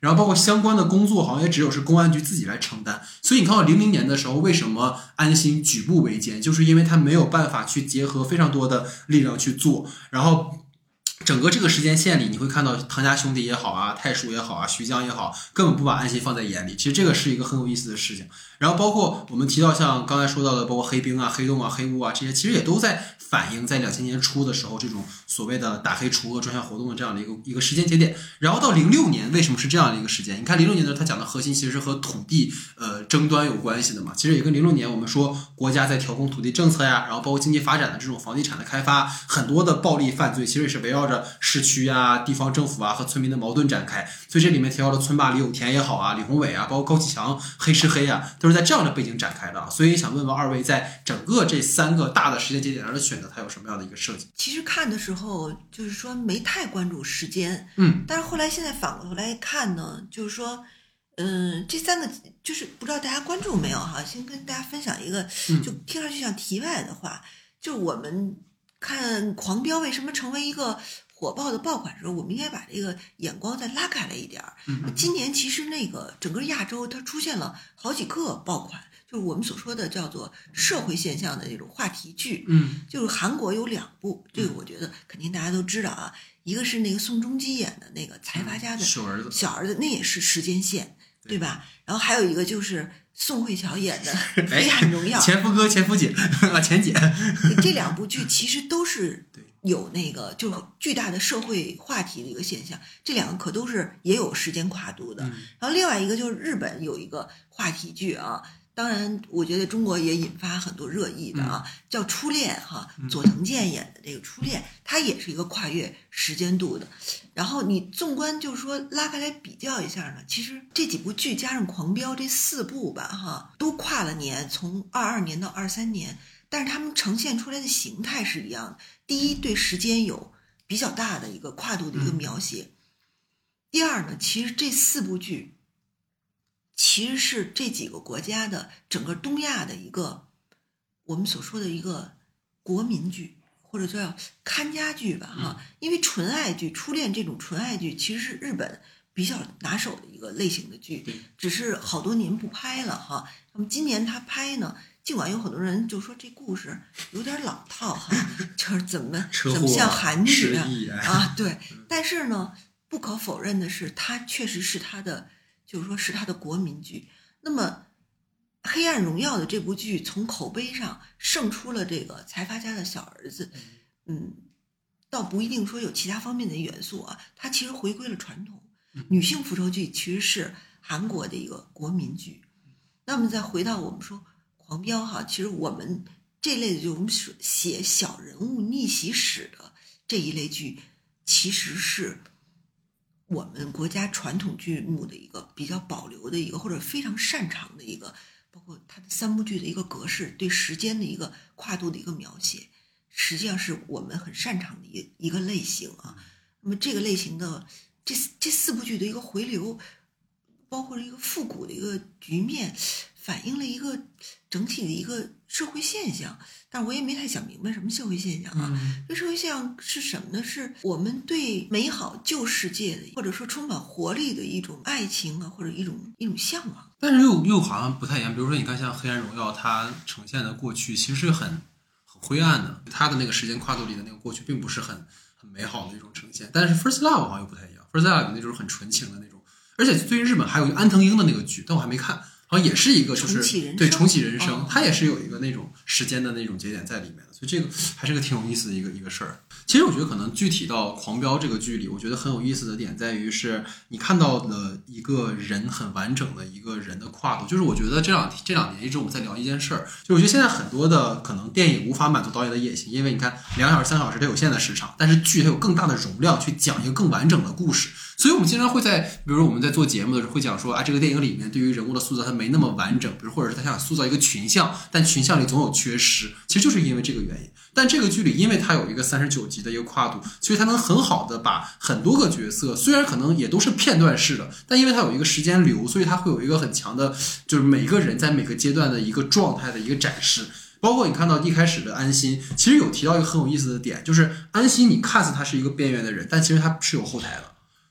然后包括相关的工作好像也只有是公安局自己来承担。所以你看到零零年的时候，为什么安心举步维艰，就是因为他没有办法去结合非常多的力量去做，然后整个这个时间线里，你会看到唐家兄弟也好啊，太叔也好啊，徐江也好，根本不把安心放在眼里。其实这个是一个很有意思的事情。然后包括我们提到像刚才说到的，包括黑冰啊、黑洞啊、黑屋啊，这些其实也都在反映在两千年初的时候这种所谓的打黑除恶专项活动的这样的一个一个时间节点。然后到零六年，为什么是这样的一个时间？你看零六年的时候，他讲的核心其实是和土地呃争端有关系的嘛。其实也跟零六年我们说国家在调控土地政策呀，然后包括经济发展的这种房地产的开发，很多的暴力犯罪其实也是围绕着市区啊、地方政府啊和村民的矛盾展开。所以这里面提到的村霸李有田也好啊，李宏伟啊，包括高启强、黑吃黑啊，都是在这样的背景展开的。所以想问问二位，在整个这三个大的时间节点上的选择，它有什么样的一个设计？ 其实看的时候就是说没太关注时间， 嗯， 但是后来现在反过头来看呢，就是说，嗯，这三个就是不知道大家关注没有哈？先跟大家分享一个，就听上去像题外的话，就我们看《狂飙》为什么成为一个火爆的爆款的时候，我们应该把这个眼光再拉开了一点儿。今年其实那个整个亚洲它出现了好几个爆款。就是我们所说的叫做社会现象的那种话题剧， 嗯， 就是韩国有两部，这个我觉得肯定大家都知道啊，一个是那个宋仲基演的那个财阀家的小儿子， 小儿子，那也是时间线，对吧？然后还有一个就是宋慧乔演的《黑暗荣耀》， 前夫哥、前夫姐啊，前姐， 这两部剧其实都是有那个就是巨大的社会话题的一个现象，这两个可都是也有时间跨度的。然后另外一个就是日本有一个话题剧啊。当然，我觉得中国也引发很多热议的啊，叫《初恋》哈，佐藤健演的这个《初恋》，它也是一个跨越时间度的。然后你纵观就是说拉开来比较一下呢，其实这几部剧加上《狂飙》这四部吧哈，都跨了年，从二二年到二三年，但是他们呈现出来的形态是一样的。第一，对时间有比较大的一个跨度的一个描写；第二呢，其实这四部剧。其实是这几个国家的整个东亚的一个我们所说的一个国民剧，或者叫看家剧吧哈。因为纯爱剧、初恋这种纯爱剧其实是日本比较拿手的一个类型的剧，只是好多年不拍了哈。那么今年他拍呢，尽管有很多人就说这故事有点老套哈，就是怎么怎么像韩剧啊啊对，但是呢，不可否认的是，它确实是他的。就是说是他的国民剧。那么《黑暗荣耀》的这部剧从口碑上胜出了这个财阀家的小儿子，嗯，倒不一定说有其他方面的元素啊，它其实回归了传统。女性复仇剧其实是韩国的一个国民剧。那么再回到我们说《狂飙》哈，其实我们这类的就我们写小人物逆袭史的这一类剧，其实是我们国家传统剧目的一个比较保留的一个，或者非常擅长的一个，包括它的三部剧的一个格式，对时间的一个跨度的一个描写，实际上是我们很擅长的一一个类型啊。那么这个类型的这这四部剧的一个回流，包括一个复古的一个局面，反映了一个整体的一个社会现象。但我也没太想明白什么社会现象啊。 嗯、 这社会现象是什么呢？是我们对美好旧世界的，或者说充满活力的一种爱情啊，或者一种一种向往。 但是又又好像不太一样。比如说，你看像《黑暗荣耀》，它呈现的过去其实很很灰暗的，它的那个时间跨度里的那个过去，并不是很很美好的一种呈现。但是《First Love》好像又不太一样，《First Love》那就是很纯情的那种。而且最近日本还有一个安藤樱的那个剧，但我还没看。好像也是一个就是对重启人生、哦、它也是有一个那种时间的那种节点在里面的，所以这个还是个挺有意思的一个一个事儿。其实我觉得可能具体到《狂飙》这个剧里，我觉得很有意思的点在于是你看到了一个人很完整的一个人的跨度。就是我觉得这两这两年一直我们在聊一件事儿，就我觉得现在很多的可能电影无法满足导演的野心，因为你看两小时三小时它有限的时长，但是剧它有更大的容量去讲一个更完整的故事。所以我们经常会在比如说我们在做节目的时候会讲说啊，这个电影里面对于人物的塑造它没那么完整，比如或者是他想塑造一个群像，但群像里总有缺失，其实就是因为这个原因。但这个剧里因为它有一个三十九集的一个跨度，所以它能很好的把很多个角色，虽然可能也都是片段式的，但因为它有一个时间流，所以它会有一个很强的就是每个人在每个阶段的一个状态的一个展示。包括你看到一开始的安心，其实有提到一个很有意思的点，就是安心你看似他是一个边缘的人，但其实他是有后台的。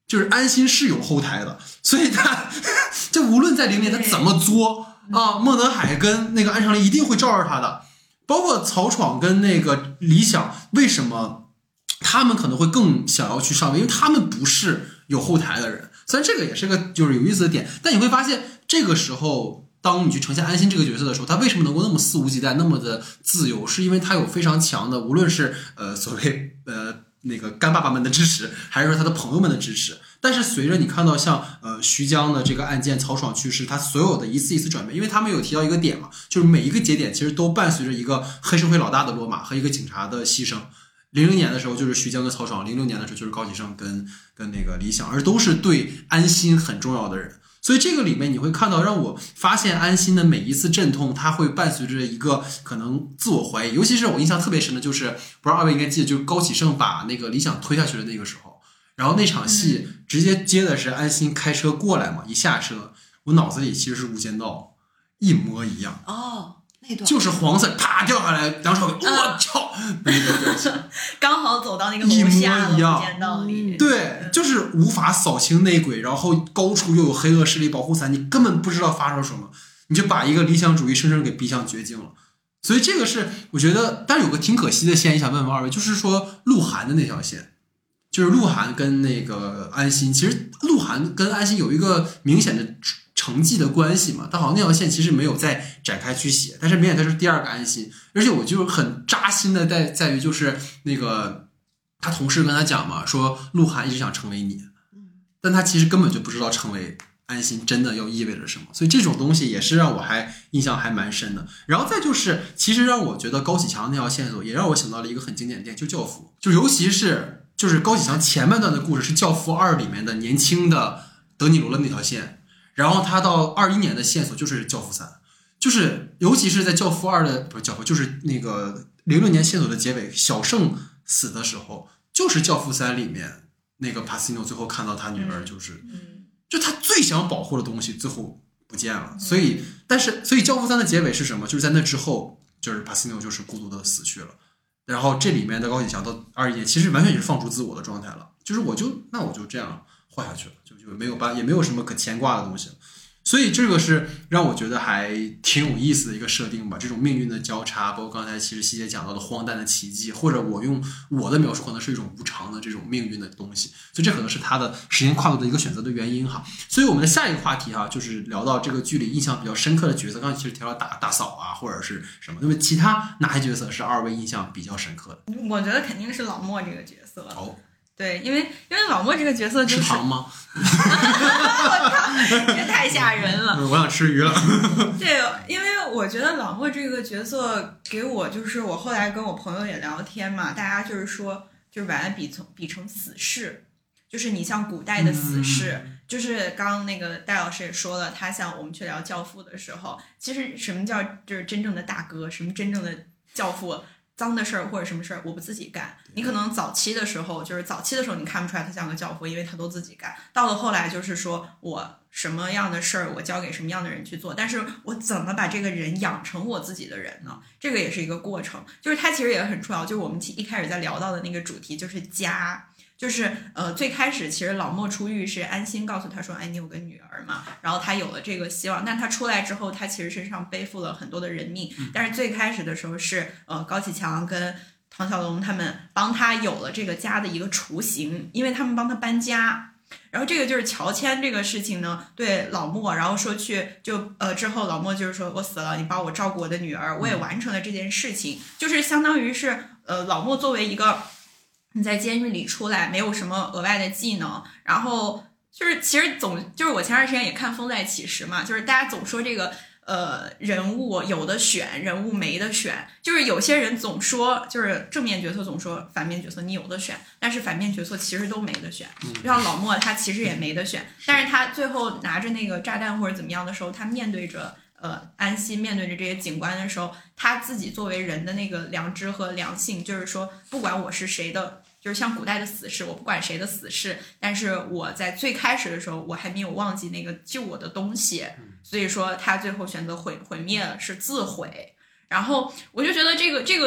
就是安心是有后台的，所以他就无论在零年他怎么作啊，孟德海跟那个安长林一定会罩着他的。包括曹闯跟那个李想，为什么他们可能会更想要去上位？因为他们不是有后台的人。虽然这个也是个就是有意思的点，但你会发现这个时候当你去呈现安心这个角色的时候，他为什么能够那么肆无忌惮那么的自由，是因为他有非常强的无论是呃所谓呃那个干爸爸们的支持，还是说他的朋友们的支持。但是随着你看到像呃徐江的这个案件，曹爽去世，他所有的一次一次转变，因为他们有提到一个点嘛，就是每一个节点其实都伴随着一个黑社会老大的落马和一个警察的牺牲。零零年的时候就是徐江跟曹爽，零六年的时候就是高启盛跟跟那个李想，而都是对安心很重要的人。所以这个里面你会看到，让我发现安心的每一次阵痛，它会伴随着一个可能自我怀疑。尤其是我印象特别深的就是，不知道二位应该记得，就是高启盛把那个李想推下去的那个时候，然后那场戏直接接的是安心开车过来嘛，一下车，我脑子里其实是《无间道》一模一样哦。那段就是黄色啪掉下来，梁朝伟，我操，那个表情刚好走到那个楼下了，无间道里， 对，就是无法扫清内鬼，然后高处又有黑恶势力保护伞，你根本不知道发生什么，你就把一个理想主义生生给逼向绝境了。所以这个是我觉得，但是有个挺可惜的线，想问问二位，就是说鹿晗的那条线，就是鹿晗跟那个安心，其实鹿晗跟安心有一个明显的成绩的关系嘛，但好像那条线其实没有再展开去写，但是明显他是第二个安心。而且我就很扎心的在在于就是那个他同事跟他讲嘛，说鹿晗一直想成为你，但他其实根本就不知道成为安心真的要意味着什么，所以这种东西也是让我还印象还蛮深的。然后再就是其实让我觉得高启强那条线索也让我想到了一个很经典的电影，就教父，就尤其是就是高启强前半段的故事是教父二里面的年轻的德尼罗的那条线，然后他到二一年的线索就是教父三，就是尤其是在教父二的不是教父，就是那个零六年线索的结尾，小胜死的时候，就是教父三里面那个帕西诺最后看到他女儿，就是、嗯、就他最想保护的东西最后不见了。所以但是所以教父三的结尾是什么？就是在那之后，就是帕西诺就是孤独的死去了。然后这里面的高启强到二一年其实完全也是放逐自我的状态了，就是我就那我就这样画下去了，就就没有办也没有什么可牵挂的东西了。所以这个是让我觉得还挺有意思的一个设定吧，这种命运的交叉，包括刚才其实希姐讲到的荒诞的奇迹，或者我用我的描述可能是一种无常的这种命运的东西，所以这可能是他的时间跨度的一个选择的原因哈。所以我们的下一个话题哈，就是聊到这个剧里印象比较深刻的角色，刚才其实提到大大嫂啊或者是什么，那么其他哪些角色是二位印象比较深刻的？ 我觉得肯定是老莫这个角色。 哦， 对，因为因为老莫这个角色就是吃糖吗？ 我靠，这太吓人了！ 我想吃鱼了。 对，因为我觉得老莫这个角色给我就是我后来跟我朋友也聊天嘛，大家就是说就是把它比成比成死士，就是你像古代的死士，嗯、就是刚刚那个戴老师也说了，他像我们去聊教父的时候，其实什么叫就是真正的大哥，什么真正的教父。脏的事儿或者什么事儿我不自己干，你可能早期的时候就是早期的时候你看不出来他像个教父，因为他都自己干，到了后来就是说我什么样的事儿我交给什么样的人去做，但是我怎么把这个人养成我自己的人呢？这个也是一个过程，就是他其实也很重要，就是我们一开始在聊到的那个主题就是家，就是呃最开始其实老莫出狱是安心告诉他说，哎，你有个女儿嘛，然后他有了这个希望，但他出来之后他其实身上背负了很多的人命，但是最开始的时候是呃高启强跟唐小龙他们帮他有了这个家的一个雏形，因为他们帮他搬家，然后这个就是乔迁这个事情呢，对老莫，然后说去就呃之后老莫就是说我死了，你帮我照顾我的女儿，我也完成了这件事情，就是相当于是呃老莫作为一个你在监狱里出来没有什么额外的技能，然后就是其实总就是我前段时间也看《风再起时》嘛，就是大家总说这个呃人物有的选，人物没得选，就是有些人总说就是正面角色总说反面角色你有的选，但是反面角色其实都没得选，就像老莫他其实也没得选，但是他最后拿着那个炸弹或者怎么样的时候，他面对着呃安心，面对着这些警官的时候，他自己作为人的那个良知和良性，就是说不管我是谁的，就是像古代的死士，我不管谁的死士，但是我在最开始的时候我还没有忘记那个救我的东西，所以说他最后选择毁毁灭是自毁。然后我就觉得这个这个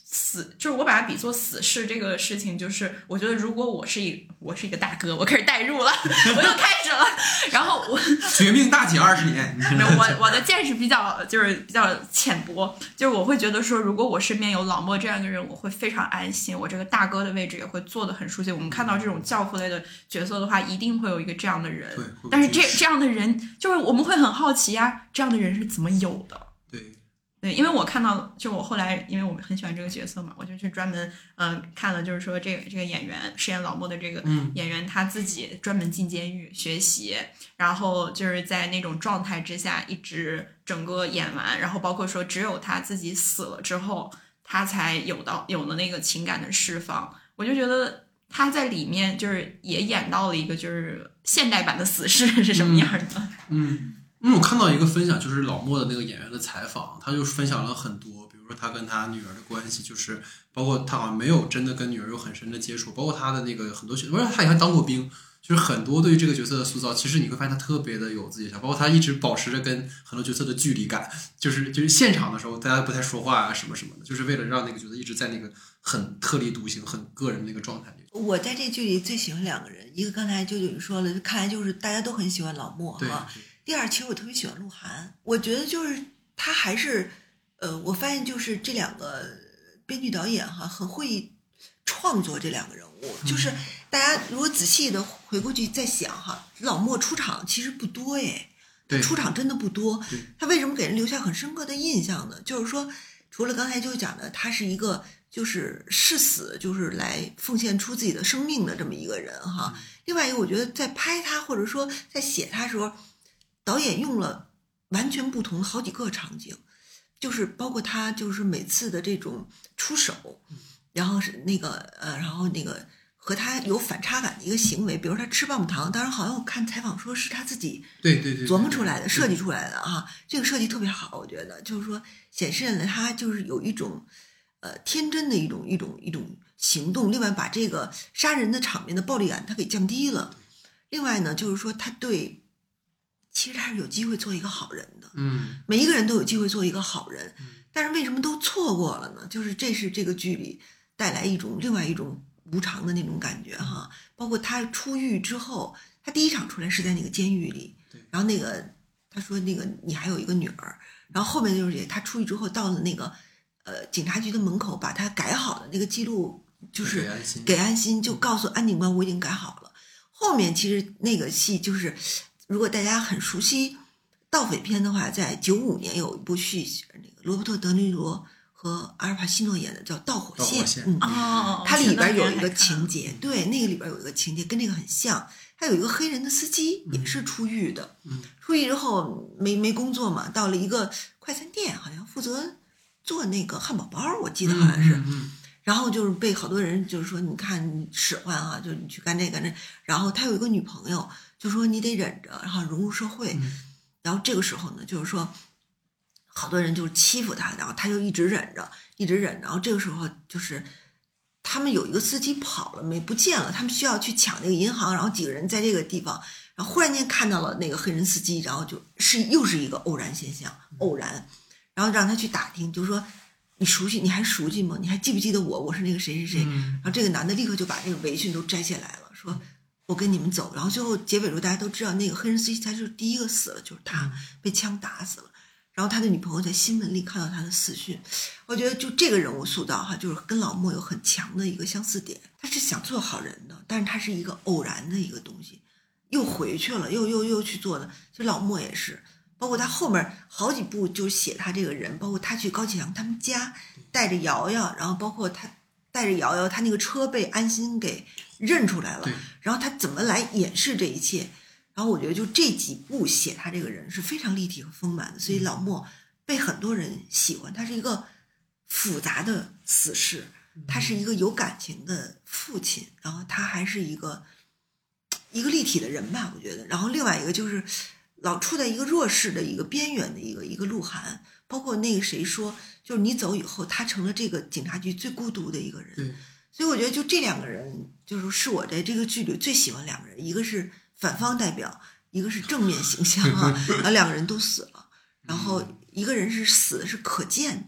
死，就是我把它比作死侍这个事情，就是我觉得如果我是一我是一个大哥，我开始代入了，我又开始了，然后我绝命大姐二十年， 没有我我的见识比较就是比较浅薄，就是我会觉得说，如果我身边有老莫这样一个人，我会非常安心，我这个大哥的位置也会坐得很熟悉。我们看到这种教父类的角色的话，一定会有一个这样的人，但是这这样的人，就是我们会很好奇呀，这样的人是怎么有的？ 对。 对，因为我看到，就我后来，因为我们很喜欢这个角色嘛，我就去专门嗯、呃、看了，就是说这个这个演员饰演老莫的这个演员，他自己专门进监狱学习，然后就是在那种状态之下一直整个演完，然后包括说只有他自己死了之后，他才有到有了那个情感的释放。我就觉得他在里面就是也演到了一个就是现代版的死侍是什么样的。 嗯。嗯因为我看到一个分享，就是老莫的那个演员的采访，他就分享了很多，比如说他跟他女儿的关系，就是包括他好像没有真的跟女儿有很深的接触，包括他的那个很多，不是他也还当过兵，就是很多对于这个角色的塑造，其实你会发现他特别的有自己的想法，包括他一直保持着跟很多角色的距离感，就是就是现场的时候大家不太说话啊什么什么的，就是为了让那个角色一直在那个很特立独行、很个人的那个状态里。 我在这剧里最喜欢两个人，一个刚才舅舅你说了，看来就是大家都很喜欢老莫哈。第二，其实我特别喜欢鹿晗，我觉得就是他还是，呃，我发现就是这两个编剧导演哈，很会创作这两个人物。就是大家如果仔细的回过去再想哈，老莫出场其实不多诶，他出场真的不多。他为什么给人留下很深刻的印象呢？就是说，除了刚才就讲的，他是一个就是誓死就是来奉献出自己的生命的这么一个人哈。另外一个，我觉得在拍他或者说在写他的时候，导演用了完全不同好几个场景，就是包括他就是每次的这种出手，然后是那个呃，然后那个和他有反差感的一个行为，比如他吃棒棒糖，当然好像我看采访说是他自己对对对琢磨出来的、设计出来的啊，这个设计特别好，我觉得就是说显示了他就是有一种呃天真的一种一种一种行动，另外把这个杀人的场面的暴力感他给降低了，另外呢就是说他对。其实他是有机会做一个好人的， 嗯， 每一个人都有机会做一个好人，但是为什么都错过了呢？就是这是这个剧里带来一种另外一种无常的那种感觉哈。包括他出狱之后，他第一场出来是在那个监狱里，然后那个他说那个你还有一个女儿，然后后面就是他出狱之后到了那个呃警察局的门口，把他改好的那个记录就是给安心， 给安心就告诉安警官我已经改好了。后面其实那个戏就是。如果大家很熟悉盗匪片的话，在九五年有一部戏，那个罗伯特·德尼罗和阿尔帕西诺演的叫《盗火线》。嗯， 哦， 它里边有一个情节，对，那个里边有一个情节跟这个很像。还有一个黑人的司机也是出狱的， 嗯， 出狱之后没没工作嘛，到了一个快餐店，好像负责做那个汉堡包，我记得好像是。 嗯嗯嗯然后就是被好多人就是说，你看你使唤啊，就是你去干这干这。然后他有一个女朋友，就说你得忍着，然后融入社会。 嗯、 然后这个时候呢，就是说，好多人就欺负他，然后他就一直忍着，一直忍。然后这个时候就是他们有一个司机跑了没不见了，他们需要去抢那个银行，然后几个人在这个地方，然后忽然间看到了那个黑人司机，然后就是又是一个偶然现象，偶然，然后让他去打听，就是说。你熟悉，你还熟悉吗？你还记不记得我？我是那个谁谁谁。 嗯、 然后这个男的立刻就把这个围裙都摘下来了，说：“我跟你们走。”然后最后结尾的时候，大家都知道那个黑人司机他就是第一个死了，就是他、嗯、被枪打死了。然后他的女朋友在新闻里看到他的死讯。我觉得就这个人物塑造哈，就是跟老莫有很强的一个相似点。他是想做好人的，但是他是一个偶然的一个东西，又回去了，又又又去做的。其实老莫也是。包括他后面好几部就写他这个人，包括他去高启强他们家带着瑶瑶，然后包括他带着瑶瑶，他那个车被安心给认出来了，然后他怎么来掩饰这一切。然后我觉得就这几部写他这个人是非常立体和丰满的，所以老莫被很多人喜欢。他是一个复杂的死士，他是一个有感情的父亲，然后他还是一个一个立体的人吧，我觉得。然后另外一个就是老处在一个弱势的一个边缘的一个一个鹿晗，包括那个谁说，就是你走以后，他成了这个警察局最孤独的一个人。 对， 所以我觉得就这两个人，就是是我在这个剧里最喜欢两个人，一个是反方代表，一个是正面形象啊，然后两个人都死了，然后一个人是死的是可见的，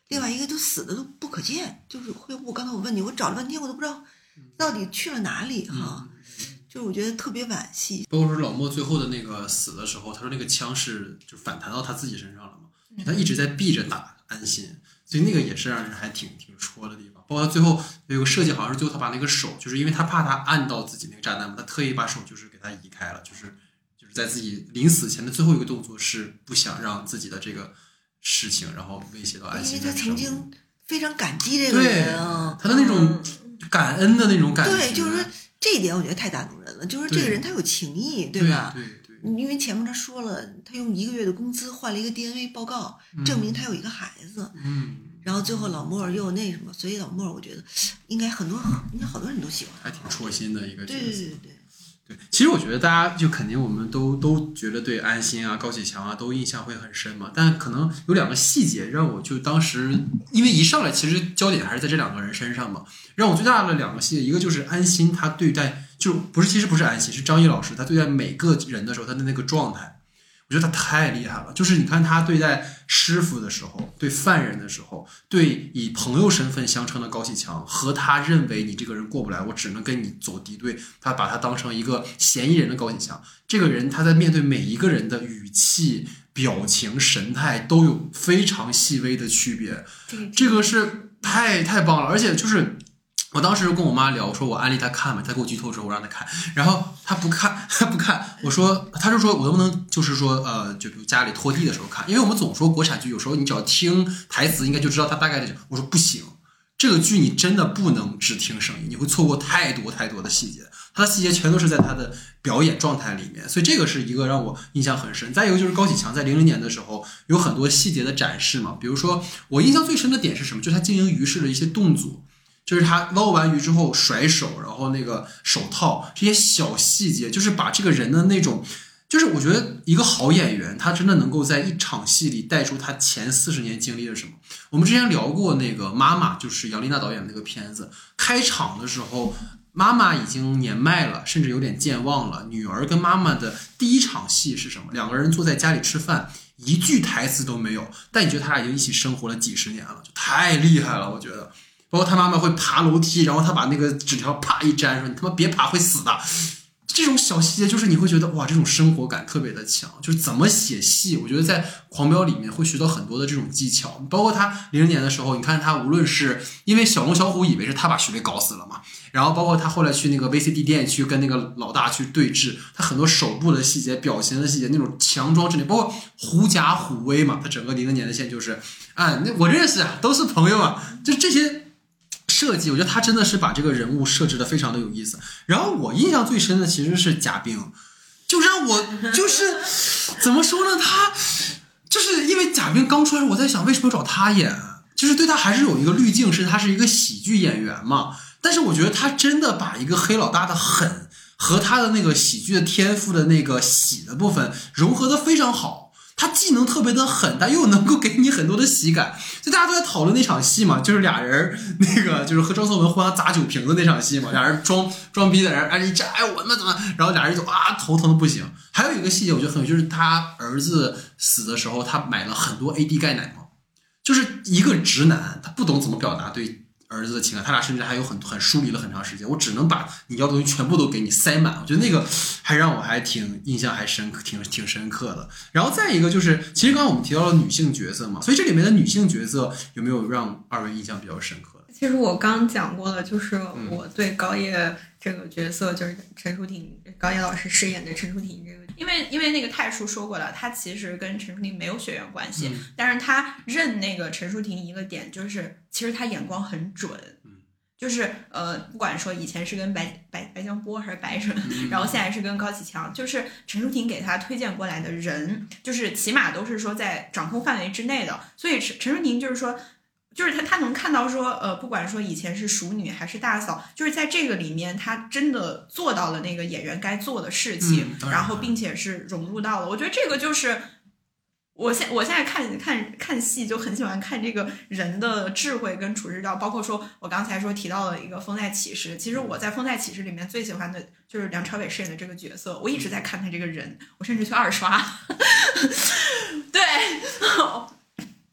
另外一个就死的都不可见，就是会不，刚才我问你，我找了半天我都不知道到底去了哪里哈。嗯就是我觉得特别惋惜， 包括说老莫最后的那个死的时候，他说那个枪是就反弹到他自己身上了嘛，嗯、他一直在避着打安心，所以那个也是让人还挺挺戳的地方。包括他最后有个设计，好像是最后他把那个手，就是因为他怕他按到自己那个炸弹嘛，他特意把手就是给他移开了，就是就是在自己临死前的最后一个动作是不想让自己的这个事情然后威胁到安心， 因为他曾经非常感激这个人啊， 他的那种感恩的那种感觉， 对，就是说。这一点我觉得太打动人了，就是这个人他有情义， 对吧？ 对 对, 对。 因为前面他说了，他用一个月的工资换了一个 D N A 报告，嗯、证明他有一个孩子。 嗯。 然后最后老莫又那什么，所以老莫我觉得应该很多，应该好多人都喜欢， 还挺戳心的一个角色。 对对对对。 对，其实我觉得大家就肯定我们都都觉得对安心啊、高启强啊都印象会很深嘛，但可能有两个细节让我就当时，因为一上来其实焦点还是在这两个人身上嘛，让我最大的两个细节，一个就是安心他对待，就不是其实不是安心，是张译老师他对待每个人的时候他的那个状态。我觉得他太厉害了，就是你看他对待师傅的时候，对犯人的时候，对以朋友身份相称的高启强，和他认为你这个人过不来，我只能跟你走敌对，他把他当成一个嫌疑人的高启强，这个人他在面对每一个人的语气、表情、神态都有非常细微的区别，这个是太太棒了，而且就是。我当时跟我妈聊，我说我安利她看嘛，她给我剧透之后我让她看，然后她不看，她不看，我说，她就说我能不能就是说呃，就比如家里拖地的时候看，因为我们总说国产剧有时候你只要听台词应该就知道它大概的，我说不行，这个剧你真的不能只听声音，你会错过太多太多的细节，它的细节全都是在他的表演状态里面，所以这个是一个让我印象很深。再一个就是高启强在零零年的时候有很多细节的展示嘛，比如说我印象最深的点是什么，就是他经营鱼市的一些动作。就是他捞完鱼之后甩手，然后那个手套这些小细节，就是把这个人的那种，就是我觉得一个好演员，他真的能够在一场戏里带出他前四十年经历了什么。我们之前聊过那个妈妈，就是杨丽娜导演的那个片子，开场的时候，妈妈已经年迈了，甚至有点健忘了。女儿跟妈妈的第一场戏是什么？两个人坐在家里吃饭，一句台词都没有，但你觉得他俩已经一起生活了几十年了，就太厉害了，我觉得。包括他妈妈会爬楼梯，然后他把那个纸条啪一粘，说你他妈别爬会死的，这种小细节就是你会觉得哇，这种生活感特别的强，就是怎么写戏，我觉得在狂飙里面会学到很多的这种技巧。包括他零零年的时候，你看他无论是因为小龙小虎以为是他把许巍搞死了嘛，然后包括他后来去那个 V C D 店去跟那个老大去对峙，他很多手部的细节、表情的细节，那种强装之类，包括狐假虎威嘛，他整个零零年的线就是啊，那我认识啊，都是朋友啊，就这些设计，我觉得他真的是把这个人物设置的非常的有意思。然后我印象最深的其实是贾冰，就让我就是怎么说呢，他就是因为贾冰刚出来，我在想为什么要找他演，就是对他还是有一个滤镜，是他是一个喜剧演员嘛。但是我觉得他真的把一个黑老大的狠和他的那个喜剧的天赋的那个喜的部分融合的非常好。他既能特别的狠，但又能够给你很多的喜感，就大家都在讨论那场戏嘛，就是俩人那个就是和张颂文互相砸酒瓶子那场戏嘛，俩人装装逼在那儿，哎一站，哎我他妈怎么，然后俩人就啊头疼的不行。还有一个细节我觉得很有，就是他儿子死的时候，他买了很多 A D 钙奶嘛，就是一个直男，他不懂怎么表达对儿子的情感，他俩甚至还有很很疏离了很长时间，我只能把你要的东西全部都给你塞满，我觉得那个还让我还挺印象还深刻，挺挺深刻的。然后再一个就是，其实刚刚我们提到了女性角色嘛，所以这里面的女性角色有没有让二位印象比较深刻的？ 其实我刚讲过了，就是我对高叶这个角色，就是陈淑婷高叶老师饰演的陈淑婷这个， 因为因为那个太叔说过了，他其实跟陈淑婷没有血缘关系， 嗯、 但是他认那个陈淑婷一个点就是，其实他眼光很准。就是呃，不管说以前是跟白白白江波还是白准，然后现在是跟高启强，就是陈淑婷给他推荐过来的人，就是起码都是说在掌控范围之内的，所以陈陈淑婷就是说，就是他他能看到说，呃，不管说以前是熟女还是大嫂，就是在这个里面，他真的做到了那个演员该做的事情， 嗯、 然后并且是融入到了，我觉得这个就是。我现我现在看看看戏就很喜欢看这个人的智慧跟处世道，包括说我刚才说提到了一个《风再起时》，其实我在《风再起时》里面最喜欢的就是梁朝伟饰演的这个角色，我一直在看他这个人，我甚至去二刷。对，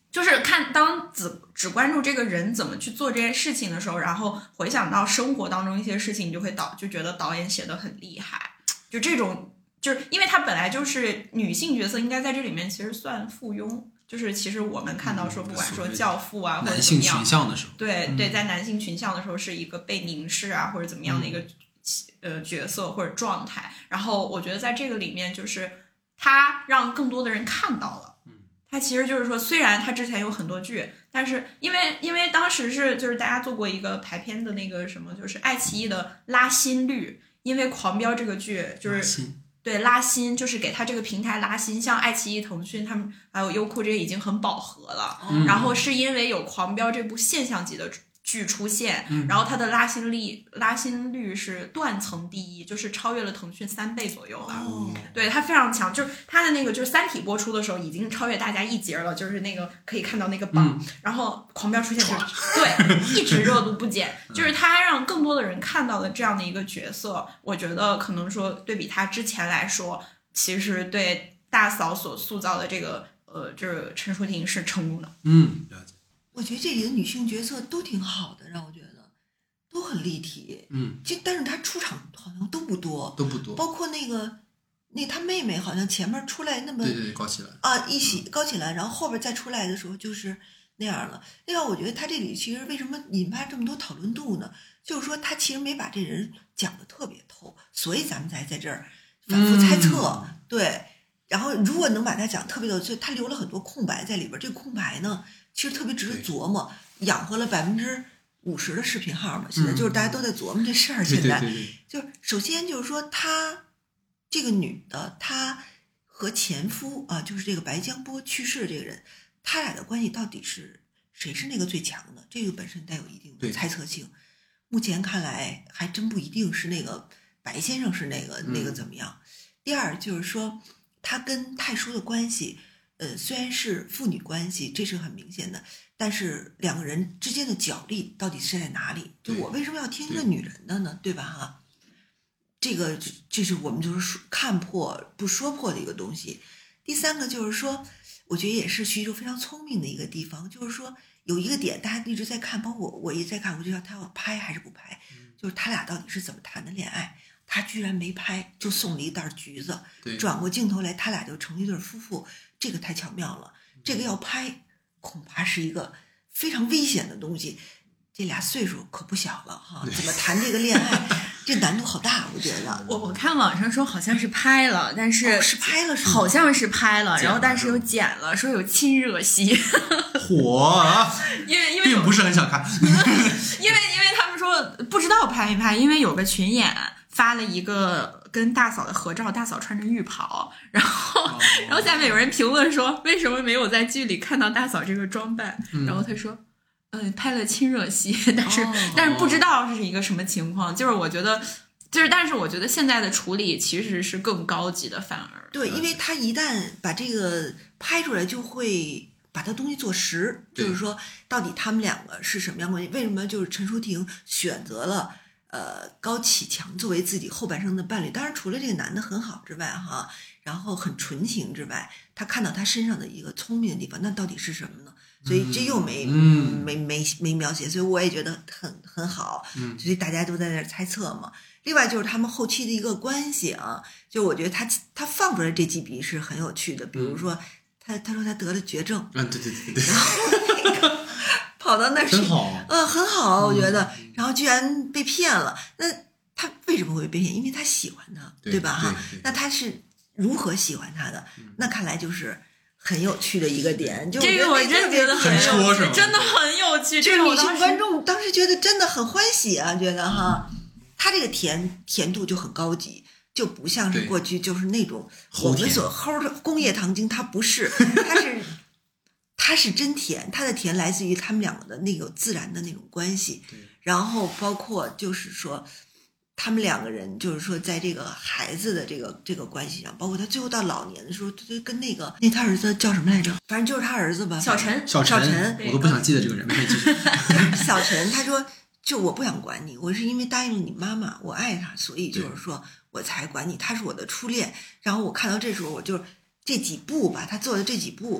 就是看当只只关注这个人怎么去做这件事情的时候，然后回想到生活当中一些事情，你就会导就觉得导演写的很厉害。就这种，就是因为他本来就是女性角色，应该在这里面其实算附庸。就是其实我们看到说，不管说教父啊，或者男性群像的时候， 对、 嗯、 对，在男性群像的时候是一个被凝视啊，或者怎么样的一个、嗯、呃角色或者状态。然后我觉得在这个里面，就是他让更多的人看到了。他其实就是说，虽然他之前有很多剧，但是因为因为当时是就是大家做过一个排片的那个什么，就是爱奇艺的拉新率，因为《狂飙》这个剧就是对拉新，就是给他这个平台拉新，像爱奇艺、腾讯他们还有优酷这些已经很饱和了， 嗯、 然后是因为有《狂飙》这部现象级的剧出现， 嗯、 然后它的拉新率拉新率是断层第一，就是超越了腾讯三倍左右了。 哦、 对，它非常强，就是它的那个就是《三体》播出的时候已经超越大家一截了，就是那个可以看到那个榜， 嗯、 然后《狂飙》出现就对一直热度不减，就是它让更多的人看到了这样的一个角色。我觉得可能说对比它之前来说，其实对大嫂所塑造的这个呃，就是陈淑婷是成功的。 嗯，了解。 我觉得这里的女性角色都挺好的，让我觉得都很立体。 嗯， 就但是她出场好像都不多， 都不多。 包括那个那她妹妹，好像前面出来那么对对对高起来啊一起高起来，然后后边再出来的时候就是那样了。另外，我觉得她这里其实为什么引发这么多讨论度呢？就是说她其实没把这人讲得特别透，所以咱们才在这儿反复猜测。嗯、对，然后如果能把它讲特别的，所以她留了很多空白在里边。这个空白呢，其实特别值得琢磨，养活了百分之五十的视频号嘛。现在就是大家都在琢磨这事儿。现在对对对对就是首先就是说，她这个女的，她和前夫啊，就是这个白江波去世的这个人，他俩的关系到底是谁是那个最强的？这个本身带有一定的猜测性。目前看来还真不一定是那个白先生是那个那个怎么样。第二就是说，他跟太叔的关系。呃，虽然是父女关系，这是很明显的，但是两个人之间的角力到底是在哪里？就我为什么要听一个女人的呢？对吧？哈，这个这是我们就是看破不说破的一个东西。第三个就是说，我觉得也是徐州非常聪明的一个地方，就是说有一个点大家一直在看，包括我我也在看，我就要他要拍还是不拍，就是他俩到底是怎么谈的恋爱。他居然没拍，就送了一袋橘子，转过镜头来，他俩就成一对夫妇，这个太巧妙了。这个要拍，恐怕是一个非常危险的东西。这俩岁数可不小了哈，怎么谈这个恋爱，这难度好大，我觉得。 我我看网上说好像是拍了，但是、 哦、是拍了是吗？ 好像是拍了，然后但是又剪了，说有亲热戏。 火啊！ 因为因为并不是很想看， 因为因为他们说不知道拍没拍，因为有个群演发了一个跟大嫂的合照，大嫂穿着浴袍，然后、哦、然后下面有人评论说为什么没有在剧里看到大嫂这个装扮、嗯、然后他说嗯、呃，拍了亲热戏，但是、哦、但是不知道是一个什么情况，就是我觉得就是但是我觉得现在的处理其实是更高级的，反而对，因为他一旦把这个拍出来就会把他东西做实，就是说到底他们两个是什么样关系，为什么就是陈淑婷选择了呃，高启强作为自己后半生的伴侣，当然除了这个男的很好之外哈，然后很纯情之外，他看到他身上的一个聪明的地方，那到底是什么呢？所以这又没、 嗯、 没没没描写，所以我也觉得很很好，所以大家都在那儿猜测嘛。另外就是他们后期的一个关系啊，就我觉得他他放出来这几笔是很有趣的，比如说他他说他得了绝症， 嗯，对对对对， 然后那个跑到那儿去， 很好， 呃，很好，我觉得，然后居然被骗了，那他为什么会被骗？因为他喜欢他， 对, 对吧？哈，那他是如何喜欢他的？那看来就是很有趣的一个点。就这个我真觉得很有趣，真的很有趣。 这个女性观众当时觉得真的很欢喜啊，觉得哈，他这个甜甜度就很高级。就不像是过去就是那种我们所齁的工业糖精，它不是，它是它是真甜，它的甜来自于他们两个的那个自然的那种关系，然后包括就是说他们两个人就是说在这个孩子的这个这个关系上，包括他最后到老年的时候，他就跟那个那他儿子叫什么来着？反正就是他儿子吧， 小陈， 小陈， 小陈， 我都不想记得这个人，没记住。 小陈他说。就我不想管你，我是因为答应了你妈妈，我爱她，所以就是说我才管你，他是我的初恋。然后我看到这时候，我就这几步吧，他做的这几步，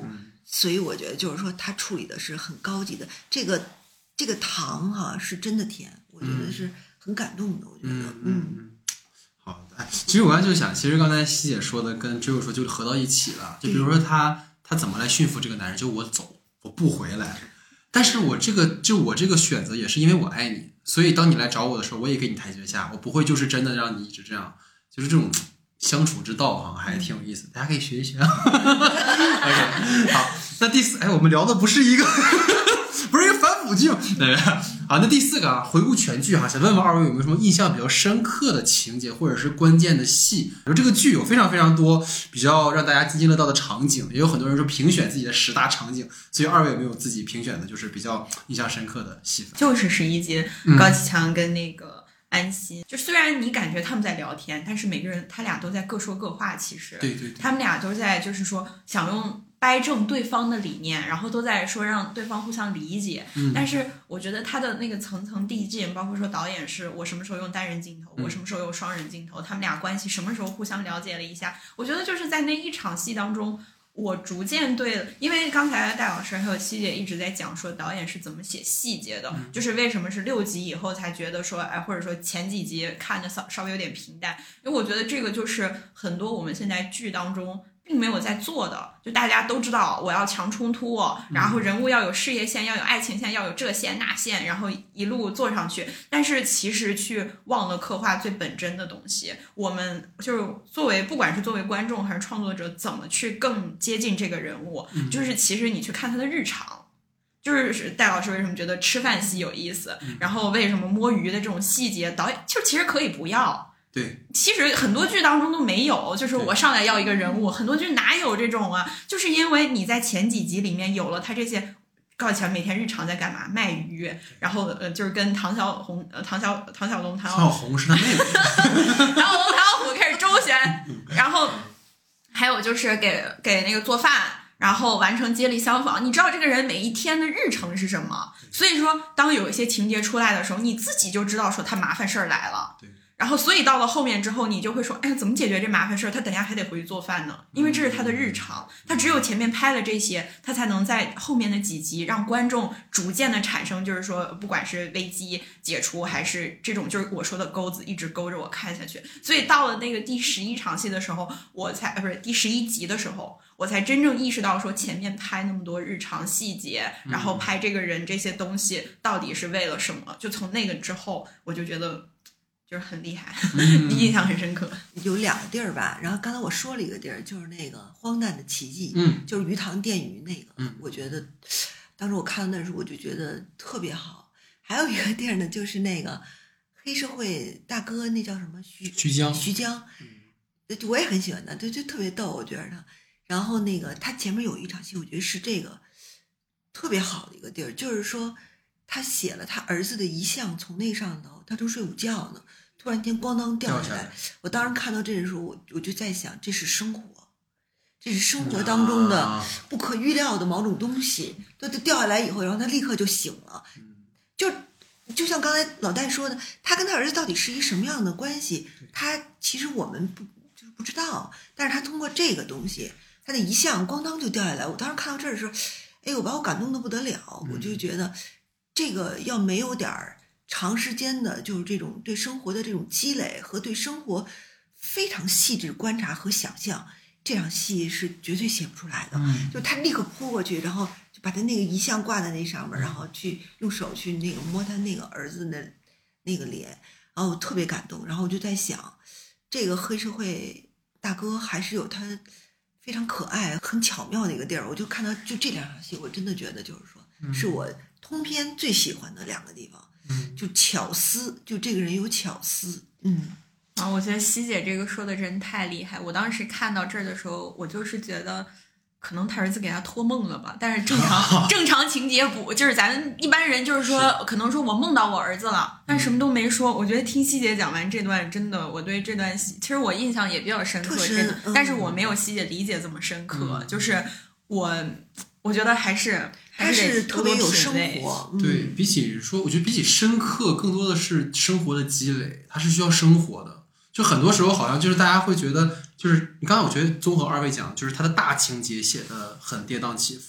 所以我觉得就是说他处理的是很高级的，这个这个糖哈、啊、是真的甜，我觉得是很感动的，我觉得嗯嗯嗯。好的，其实我刚才就想，其实刚才西姐说的跟只有说就合到一起了，就比如说他他怎么来驯服这个男人，就我走，我不回来。但是我这个就我这个选择也是因为我爱你，所以当你来找我的时候，我也给你台阶下，我不会就是真的让你一直这样，就是这种相处之道哈、啊，还挺有意思，大家可以学一学。OK， 好，那第四，哎，我们聊的不是一个，不是一个反腐剧，对。好，那第四个啊，回顾全剧哈，想问问二位有没有什么印象比较深刻的情节或者是关键的戏？这个剧有非常非常多比较让大家津津乐道的场景，也有很多人说评选自己的十大场景，所以二位有没有自己评选的，就是比较印象深刻的戏份？ 就是十一集高启强跟那个安心，嗯、就虽然你感觉他们在聊天，但是每个人他俩都在各说各话，其实对对对， 他们俩都在就是说想用掰正对方的理念，然后都在说让对方互相理解、嗯、但是我觉得他的那个层层递进，包括说导演是我什么时候用单人镜头、嗯、我什么时候用双人镜头，他们俩关系什么时候互相了解了一下，我觉得就是在那一场戏当中，我逐渐对，因为刚才戴老师还有七姐一直在讲说导演是怎么写细节的、嗯、就是为什么是六集以后才觉得说哎，或者说前几集看着稍稍微有点平淡，因为我觉得这个就是很多我们现在剧当中并没有在做的，就大家都知道我要强冲突，然后人物要有事业线，要有爱情线，要有这线那线，然后一路做上去，但是其实去忘了刻画最本真的东西。我们就是作为不管是作为观众还是创作者，怎么去更接近这个人物，就是其实你去看他的日常，就是戴老师为什么觉得吃饭戏有意思，然后为什么摸鱼的这种细节导演就其实可以不要， 对， 其实很多剧当中都没有，就是我上来要一个人物，很多剧哪有这种啊？就是因为你在前几集里面有了他这些，高启强每天日常在干嘛？卖鱼，然后呃就是跟唐小红、呃唐小唐小龙、唐小红是他妹妹， 唐小龙、唐小虎开始周旋，然后还有就是给给那个做饭。然后完成接力相仿，你知道这个人每一天的日程是什么，所以说当有一些情节出来的时候，你自己就知道说他麻烦事儿来了。 对。 然后所以到了后面之后，你就会说，哎呀，怎么解决这麻烦事儿？他等下还得回去做饭呢，因为这是他的日常。他只有前面拍了这些，他才能在后面的几集让观众逐渐的产生，就是说，不管是危机解除，还是这种就是我说的钩子一直勾着我看下去。所以到了那个第十一场戏的时候，我才不是第十一集的时候，我才真正意识到说前面拍那么多日常细节，然后拍这个人这些东西到底是为了什么？就从那个之后，我就觉得。就是很厉害，嗯、印象很深刻。 有两个地儿吧，然后刚才我说了一个地儿，就是那个荒诞的奇迹， 嗯， 就是鱼塘电鱼那个， 嗯， 我觉得当时我看到那时候我就觉得特别好。还有一个地儿呢，就是那个黑社会大哥，那叫什么徐徐江， 徐江，嗯，我也很喜欢他，就就特别逗，我觉得他。然后那个他前面有一场戏，我觉得是这个特别好的一个地儿，就是说他写了他儿子的遗像，从那上头，他正睡午觉呢。突然间咣当掉下来， 来我当时看到这的时候，我我就在想，这是生活，这是生活当中的不可预料的某种东西，它它掉下来以后，然后他立刻就醒了，就就像刚才老戴说的，他跟他儿子到底是一什么样的关系，他其实我们不就是不知道，但是他通过这个东西，他的遗像咣当就掉下来，我当时看到这儿的时候，哎呦，把我感动的不得了，我就觉得这个要没有点儿。长时间的就是这种对生活的这种积累和对生活非常细致观察和想象，这场戏是绝对写不出来的。 嗯， 就他立刻扑过去，然后就把他那个遗像挂在那上面，然后去用手去那个摸他那个儿子的那个脸，然后我特别感动。然后我就在想，这个黑社会大哥还是有他非常可爱、很巧妙的一个地儿。我就看到就这两场戏，我真的觉得就是说， 嗯、 是我通篇最喜欢的两个地方。就巧思，就这个人有巧思，嗯啊，我觉得西姐这个说的真太厉害。我当时看到这儿的时候，我就是觉得，可能他儿子给他托梦了吧。但是正常正常情节不就是咱一般人就是说，是可能说我梦到我儿子了，但什么都没说。我觉得听西姐讲完这段，真的，我对这段戏，其实我印象也比较深刻，真的， 嗯、 但是我没有西姐理解这么深刻，嗯、就是我。我觉得还是还是特别有生活， 嗯、对比起说，我觉得比起深刻，更多的是生活的积累，它是需要生活的。就很多时候，好像就是大家会觉得，就是你刚才我觉得综合二位讲，就是它的大情节写的很跌宕起伏，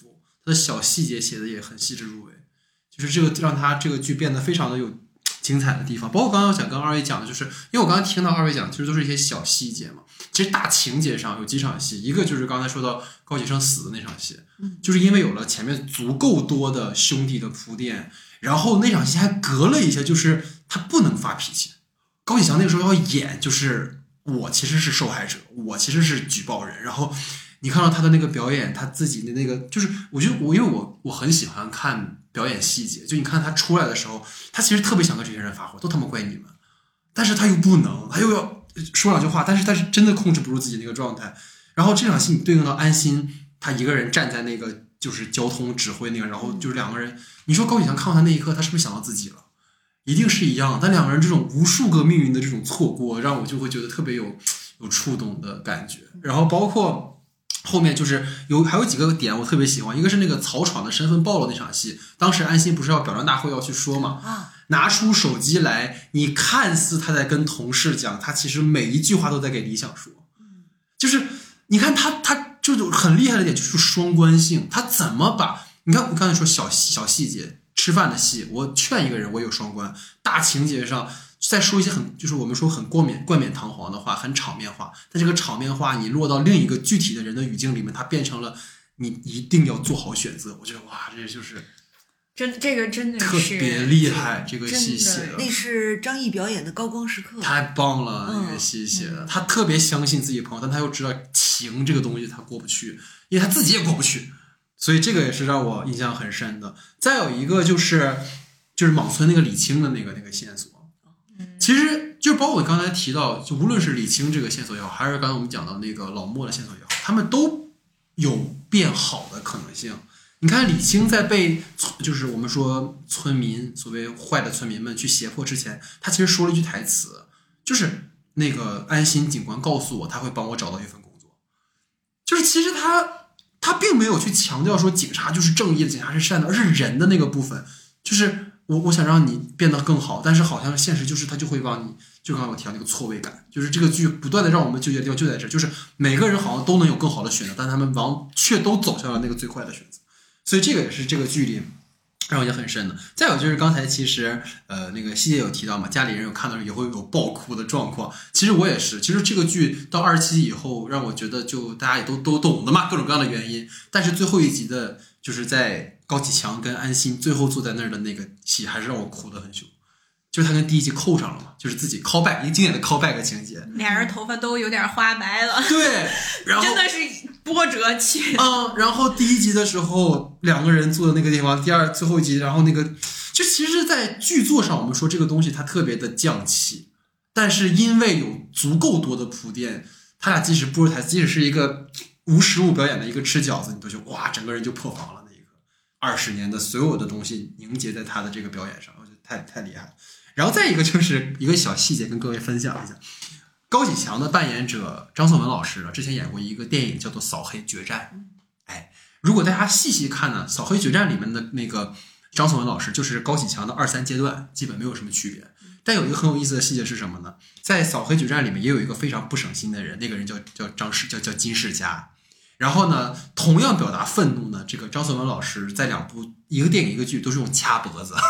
的小细节写的也很细致入微，就是这个让他这个剧变得非常的有精彩的地方。包括刚刚我想跟二位讲的，就是因为我刚刚听到二位讲，其实都是一些小细节嘛。其实大情节上有几场戏，一个就是刚才说到高启盛死的那场戏，就是因为有了前面足够多的兄弟的铺垫，然后那场戏还隔了一下，就是他不能发脾气。高启强那个时候要演，就是我其实是受害者，我其实是举报人，然后你看到他的那个表演，他自己的那个，就是我觉得我因为我我很喜欢看表演细节，就你看他出来的时候，他其实特别想跟这些人发火，都他妈怪你们，但是他又不能，他又要说两句话，但是但是真的控制不住自己那个状态。然后这场戏你对应到安心，他一个人站在那个就是交通指挥那个，然后就是两个人，你说高启强看到他那一刻，他是不是想到自己了？一定是一样，但两个人这种无数个命运的这种错过，让我就会觉得特别有有触动的感觉。然后包括后面就是有还有几个点我特别喜欢，一个是那个曹闯的身份暴露那场戏，当时安心不是要表彰大会要去说嘛， 啊， 拿出手机来，你看似他在跟同事讲，他其实每一句话都在给理想说，就是你看他他就是很厉害的点就是双关性，他怎么把你看我刚才说小小细节。吃饭的戏，我劝一个人，我有双关。大情节上再说一些很，就是我们说很冠冕冠冕堂皇的话，很场面化。但这个场面化，你落到另一个具体的人的语境里面，它变成了你一定要做好选择。我觉得哇，这就是真这个真的是特别厉害，这个戏写的。 那是张译表演的高光时刻， 太棒了，那个戏写的，他特别相信自己朋友，但他又知道情这个东西他过不去，因为他自己也过不去。所以这个也是让我印象很深的。再有一个就是就是莽村那个李青的那个那个线索，其实就包括我刚才提到，就无论是李青这个线索也好，还是刚才我们讲到那个老莫的线索也好，他们都有变好的可能性。你看李青在被就是我们说村民所谓坏的村民们去胁迫之前，他其实说了一句台词，就是那个安心警官告诉我他会帮我找到一份工作，就是其实他他并没有去强调说警察就是正义的，警察是善的，而是人的那个部分，就是我我想让你变得更好，但是好像现实就是他就会帮你，就刚才我提到那个错位感，就是这个剧不断的让我们纠结的地方就在这，就是每个人好像都能有更好的选择，但他们往却都走向了那个最坏的选择，所以这个也是这个剧里让我印象很深的。再有就是刚才其实呃那个细节有提到嘛，家里人有看到也会有爆哭的状况，其实我也是，其实这个剧到二十七集以后让我觉得就大家也都都懂的嘛，各种各样的原因，但是最后一集的就是在高启强跟安心最后坐在那儿的那个戏还是让我哭得很凶，就是他跟第一集扣上了嘛，就是自己 call back 一个经典的 call back 情节， 俩人头发都有点花白了， 对，然后真的是波折期啊、嗯。然后第一集的时候两个人坐的那个地方，第二最后一集，然后那个就其实在剧作上我们说这个东西它特别的降气，但是因为有足够多的铺垫，他俩即使不是台，即使是一个无实物表演的一个吃饺子，你都觉得哇整个人就破防了，那一个二十年的所有的东西凝结在他的这个表演上，我觉得太太厉害了。然后再一个就是一个小细节跟各位分享一下，高启强的扮演者张颂文老师之前演过一个电影叫做《扫黑决战》，哎，如果大家细细看呢，《扫黑决战》里面的那个张颂文老师就是高启强的二三阶段，基本没有什么区别。但有一个很有意思的细节是什么呢？在《扫黑决战》里面也有一个非常不省心的人，那个人叫叫张世，叫叫金世佳。然后呢，同样表达愤怒呢，这个张颂文老师在两部一个电影一个剧都是用掐脖子。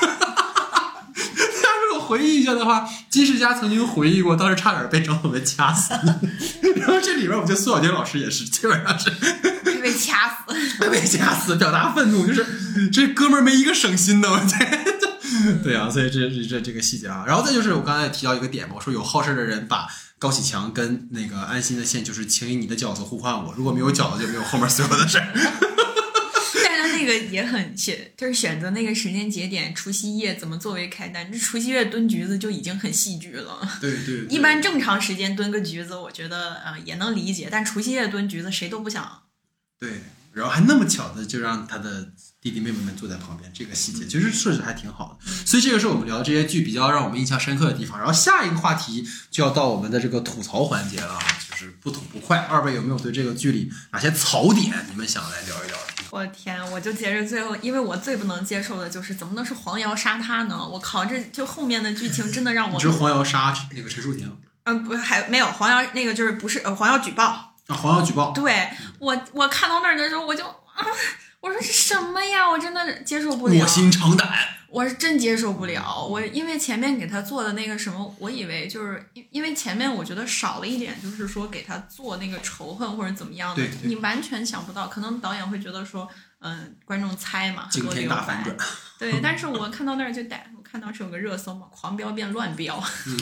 回忆一下的话，金世佳曾经回忆过，当时差点被张颂文掐死。然后这里边，我觉得苏小坚老师也是，基本上是被掐死， 被掐死，表达愤怒，就是这哥们儿没一个省心的，我觉得。对啊，所以这这这个细节啊，然后再就是我刚才提到一个点嘛，我说有好事的人把高启强跟那个安心的线，就是请以你的饺子呼唤我，如果没有饺子，就没有后面所有的事儿。 那个也很选，就是选择那个时间节点，除夕夜怎么作为开单？这除夕夜蹲橘子就已经很戏剧了。 对 对, 对， 一般正常时间蹲个橘子，我觉得呃也能理解，但除夕夜蹲橘子谁都不想。 对，然后还那么巧的就让他的弟弟妹妹们坐在旁边，这个细节其实设置还挺好的。所以这个是我们聊的这些剧比较让我们印象深刻的地方。然后下一个话题就要到我们的这个吐槽环节了，就是不吐不快。二位有没有对这个剧里哪些槽点你们想来聊一聊？ 我天，我就接着最后，因为我最不能接受的就是怎么能是黄瑶杀他呢？我靠，这就后面的剧情真的让我。 你知道黄瑶杀那个陈淑婷？ 嗯，不，还没有黄瑶那个就是不是呃黄瑶举报啊，黄瑶举报。 对我，我看到那儿的时候我就啊， 我说这什么呀，我真的接受不了， 卧薪尝胆。 我是真接受不了，我因为前面给他做的那个什么，我以为就是因为前面我觉得少了一点，就是说给他做那个仇恨或者怎么样的， 对对你完全想不到，可能导演会觉得说，嗯，观众猜嘛，很多留白，对，但是我看到那儿就逮，我看当时有个热搜嘛，狂飙变乱飙，嗯、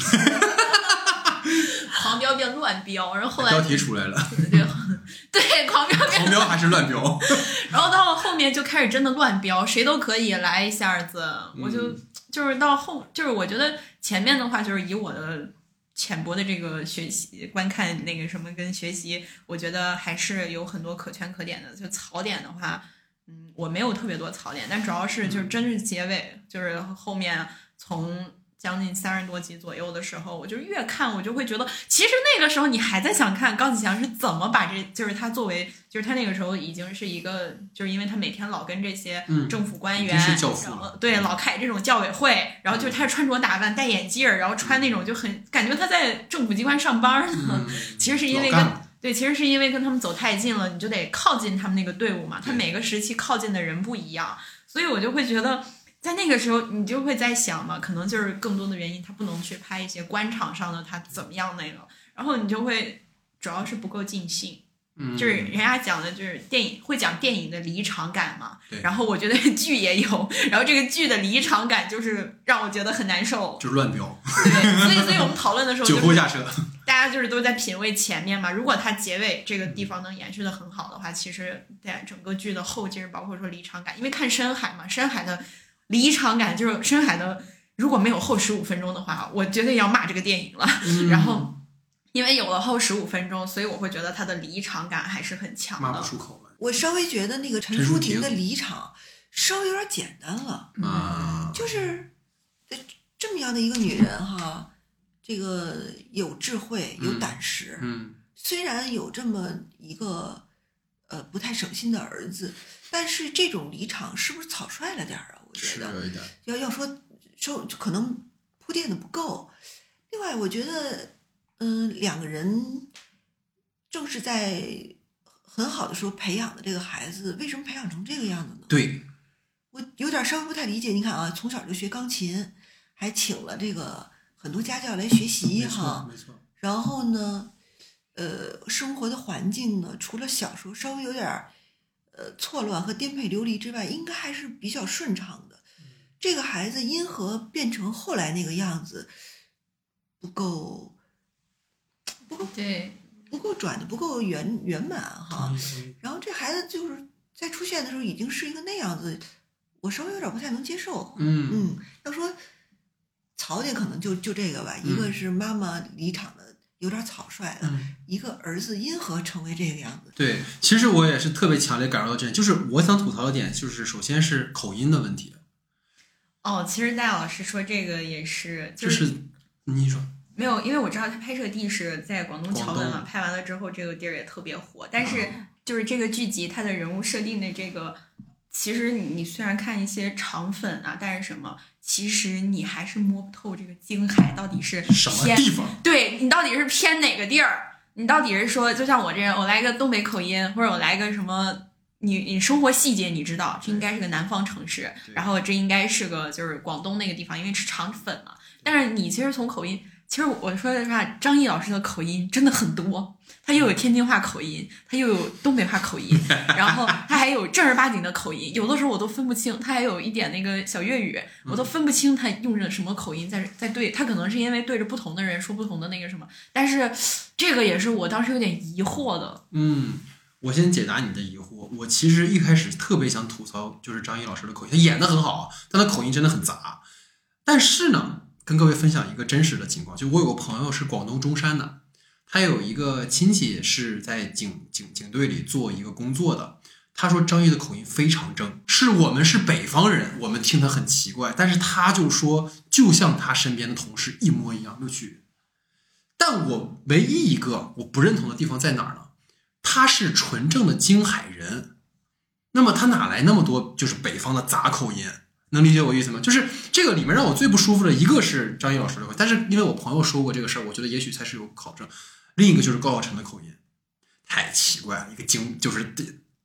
狂飙变乱飙，然后后来标题出来了， 对对，狂飙变狂飙还是乱飙， 然后到后面就开始真的乱飙，谁都可以来一下子，我就、嗯、就是到后就是我觉得前面的话就是以我的浅薄的这个学习观看那个什么跟学习，我觉得还是有很多可圈可点的。就槽点的话，嗯，我没有特别多槽点，但主要是就是真是结尾，就是后面从将近三十多集左右的时候，我就越看我就会觉得，其实那个时候你还在想看高启强是怎么把这，就是他作为，就是他那个时候已经是一个，就是因为他每天老跟这些政府官员， 嗯、教父然后对老开这种教委会，然后就是他穿着打扮戴眼镜，然后穿那种就很感觉他在政府机关上班呢。嗯、其实是因为跟对，其实是因为跟他们走太近了，你就得靠近他们那个队伍嘛。他每个时期靠近的人不一样，所以我就会觉得。在那个时候，你就会在想嘛，可能就是更多的原因，他不能去拍一些官场上的他怎么样那个，然后你就会主要是不够尽兴，嗯，就是人家讲的就是电影会讲电影的离场感嘛，然后我觉得剧也有，然后这个剧的离场感就是让我觉得很难受， 就是乱飙， 对，所以所以我们讨论的时候、就是， 酒后驾车， 大家就是都在品味前面嘛，如果它结尾这个地方能延续的很好的话，其实在整个剧的后劲儿，包括说离场感，因为看深海嘛，深海的。离场感就是深海的，如果没有后十五分钟的话，我绝对要骂这个电影了。嗯、然后，因为有了后十五分钟，所以我会觉得它的离场感还是很强的。 骂不出口了。 我稍微觉得那个陈淑婷的离场稍微有点简单了， 嗯， 就是这么样的一个女人哈，这个有智慧、有胆识， 嗯， 虽然有这么一个呃不太省心的儿子，但是这种离场是不是草率了点啊？我觉得要要说说可能铺垫的不够。另外，我觉得，嗯、呃，两个人正是在很好的时候培养的这个孩子，为什么培养成这个样子呢？ 对， 我有点稍微不太理解。你看啊，从小就学钢琴，还请了这个很多家教来学习哈， 没错。 然后呢，呃，生活的环境呢，除了小时候稍微有点。呃，错乱和颠沛流离之外，应该还是比较顺畅的。这个孩子因何变成后来那个样子，不够，不够对， 不够转的不够圆圆满哈。然后这孩子就是在出现的时候已经是一个那样子，我稍微有点不太能接受。 嗯嗯，要说槽点可能就就这个吧，一个是妈妈离场的。有点草率了、嗯，一个儿子因何成为这个样子？ 对，其实我也是特别强烈感受到这点，就是我想吐槽的点，就是首先是口音的问题。 哦，其实戴老师说这个也是， 就是、就是、你说没有，因为我知道他拍摄地是在广东桥本嘛，拍完了之后这个地儿也特别火，但是就是这个剧集它的人物设定的这个，其实你你虽然看一些肠粉啊，但是什么？其实你还是摸不透这个京海到底是什么地方， 对你到底是偏哪个地儿？你到底是说，就像我这样，我来个东北口音，或者我来个什么，你你生活细节你知道，这应该是个南方城市，然后这应该是个就是广东那个地方，因为吃肠粉嘛。但是你其实从口音，其实我说的话，张译老师的口音真的很多。他又有天津话口音，他又有东北话口音，然后他还有正儿八经的口音，有的时候我都分不清。他还有一点那个小粤语，我都分不清他用着什么口音在在对。他可能是因为对着不同的人说不同的那个什么，但是这个也是我当时有点疑惑的。 嗯，我先解答你的疑惑。我其实一开始特别想吐槽，就是张译老师的口音，他演得很好，但他口音真的很杂。但是呢，跟各位分享一个真实的情况，就我有个朋友是广东中山的。他有一个亲戚是在警警警队里做一个工作的，他说张译的口音非常正，是我们是北方人，我们听他很奇怪，但是他就说就像他身边的同事一模一样，没有区别。但我唯一一个我不认同的地方在哪儿呢？他是纯正的京海人，那么他哪来那么多就是北方的杂口音？能理解我意思吗？就是这个里面让我最不舒服的一个是张译老师的口音，但是因为我朋友说过这个事儿，我觉得也许才是有考证。另一个就是高晓晨的口音，太奇怪了，一个京就是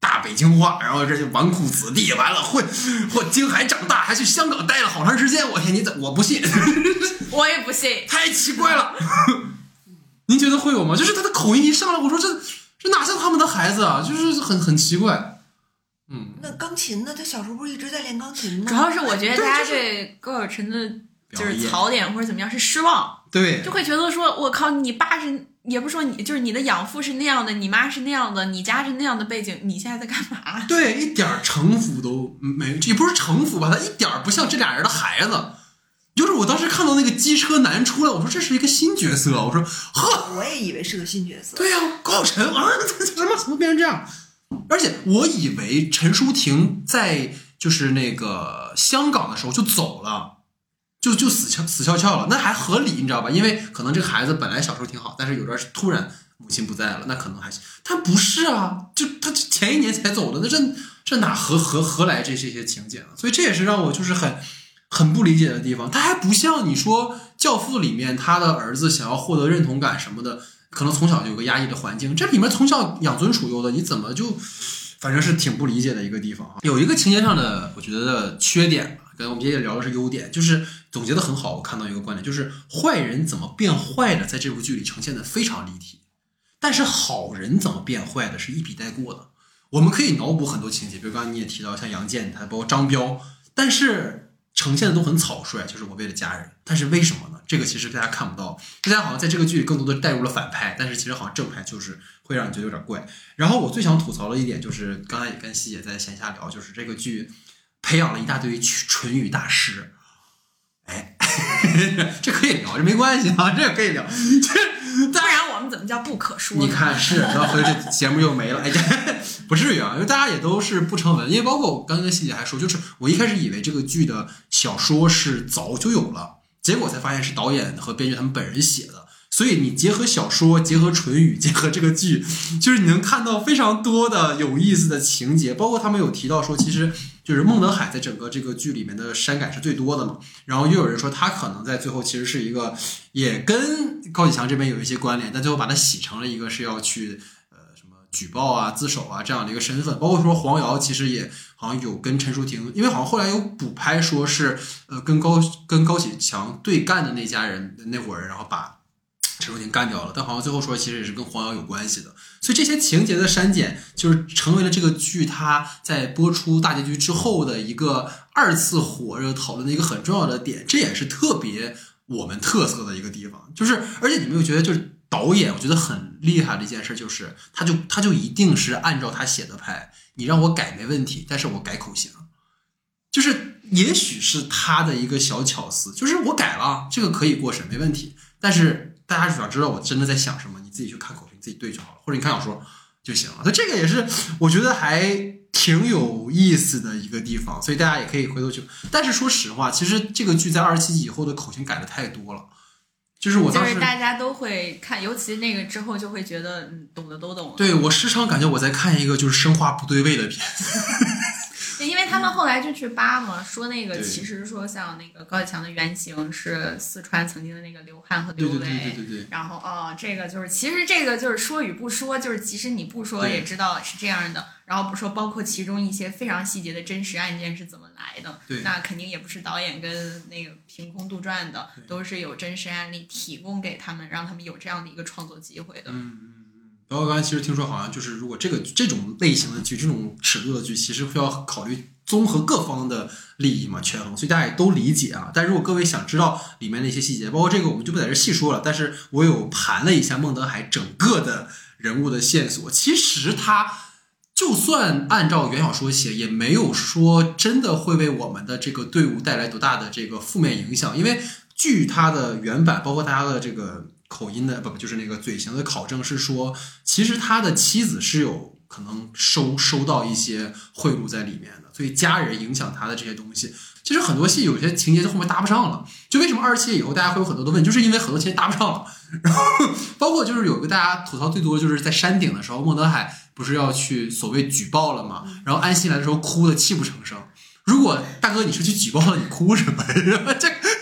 大北京话，然后这就纨绔子弟，完了混混京海长大，还去香港待了好长时间。我天，你怎我不信， 我也不信， 太奇怪了。您觉得会有吗？就是他的口音一上来，我说这这哪像他们的孩子啊？就是很很奇怪。嗯， 那钢琴呢？他小时候不是一直在练钢琴吗？ 主要是我觉得大家对高晓晨的就是槽点或者怎么样是失望， 对， 就会觉得说，我靠，你爸是也不是说你就是你的养父是那样的，你妈是那样的，你家是那样的背景，你现在在干嘛？ 对，一点城府都没，也不是城府吧，他一点不像这俩人的孩子。就是我当时看到那个机车男出来，我说这是一个新角色，我说呵， 我也以为是个新角色。 对呀、啊，高晓晨啊，怎么怎么变成这样？而且我以为陈淑婷在就是那个香港的时候就走了，就就死翘死翘翘了，那还合理，你知道吧？因为可能这个孩子本来小时候挺好，但是有段突然母亲不在了，那可能还行。他不是啊，就他前一年才走的，那这这哪何何何来这这些情节呢？所以这也是让我就是很很不理解的地方。他还不像你说《教父》里面他的儿子想要获得认同感什么的，可能从小就有个压抑的环境，这里面从小养尊处优的，你怎么就反正是挺不理解的一个地方。有一个情节上的我觉得缺点，跟我们接着聊的是优点，就是总结的很好。我看到一个观点，就是坏人怎么变坏的在这部剧里呈现的非常立体，但是好人怎么变坏的是一笔带过的。我们可以脑补很多情节，比如刚刚你也提到像杨健，他包括张彪，但是呈现的都很草率，就是我为了家人。但是为什么呢？这个其实大家看不到，大家好像在这个剧里更多的带入了反派，但是其实好像正派就是会让你觉得有点怪。然后我最想吐槽的一点就是，刚才也跟西姐在线下聊，就是这个剧培养了一大堆唇语大师。哎，这可以聊，这没关系啊，这个可以聊。这不然我们怎么叫不可说呢？ 你看是，然后回这节目又没了。哎，这不至于啊，因为大家也都是不成文。因为包括我刚跟西姐还说，就是我一开始以为这个剧的小说是早就有了，结果才发现是导演和编剧他们本人写的。所以你结合小说，结合唇语，结合这个剧，就是你能看到非常多的有意思的情节。包括他们有提到说，其实就是孟德海在整个这个剧里面的删改是最多的嘛。然后又有人说他可能在最后其实是一个也跟高启强这边有一些关联，但最后把它洗成了一个是要去呃什么举报啊、自首啊这样的一个身份。包括说黄瑶其实也好像有跟陈淑婷，因为好像后来有补拍说是呃跟高跟高启强对干的那家人那伙人，然后把陈淑婷干掉了，但好像最后说其实也是跟黄瑶有关系的。所以这些情节的删减就是成为了这个剧它在播出大结局之后的一个二次火热讨论的一个很重要的点，这也是特别我们特色的一个地方。就是而且你们有觉得就是导演我觉得很厉害的一件事，就是他就他就一定是按照他写的拍，你让我改没问题，但是我改口型。就是也许是他的一个小巧思，就是我改了这个可以过审没问题，但是大家只要知道我真的在想什么，你自己去看口型自己对就好了，或者你看小说就行了。所以这个也是我觉得还挺有意思的一个地方，所以大家也可以回头去。但是说实话，其实这个剧在二十七集以后的口型改的太多了，就是我当时就是大家都会看，尤其那个之后就会觉得嗯，懂的都懂了。 对，我时常感觉我在看一个就是生化不对位的片子。 因为他们后来就去扒嘛，说那个其实说像那个高启强的原型是四川曾经的那个刘汉和刘维， 对对对对对对。 然后哦，这个就是其实这个就是说与不说，就是即使你不说也知道是这样的。然后不说，包括其中一些非常细节的真实案件是怎么来的， 对， 那肯定也不是导演跟那个凭空杜撰的，都是有真实案例提供给他们，让他们有这样的一个创作机会的。 嗯嗯嗯。包括刚才其实听说好像就是如果这个这种类型的剧，这种尺度的剧，其实会要考虑综合各方的利益嘛，权衡，所以大家也都理解啊。但如果各位想知道里面的一些细节，包括这个我们就不在这细说了，但是我有盘了一下孟德海整个的人物的线索，其实他就算按照原小说写，也没有说真的会为我们的这个队伍带来多大的这个负面影响，因为据他的原版，包括大家的这个口音的不不就是那个嘴型的考证是说，其实他的妻子是有可能收收到一些贿赂在里面的，所以家人影响他的这些东西，其实很多戏有些情节就后面搭不上了。就为什么二十七以后大家会有很多的问题，就是因为很多情节搭不上了。然后包括就是有个大家吐槽最多的就是在山顶的时候，孟德海不是要去所谓举报了嘛，然后安西来的时候哭的泣不成声。如果大哥你是去举报了，你哭什么？这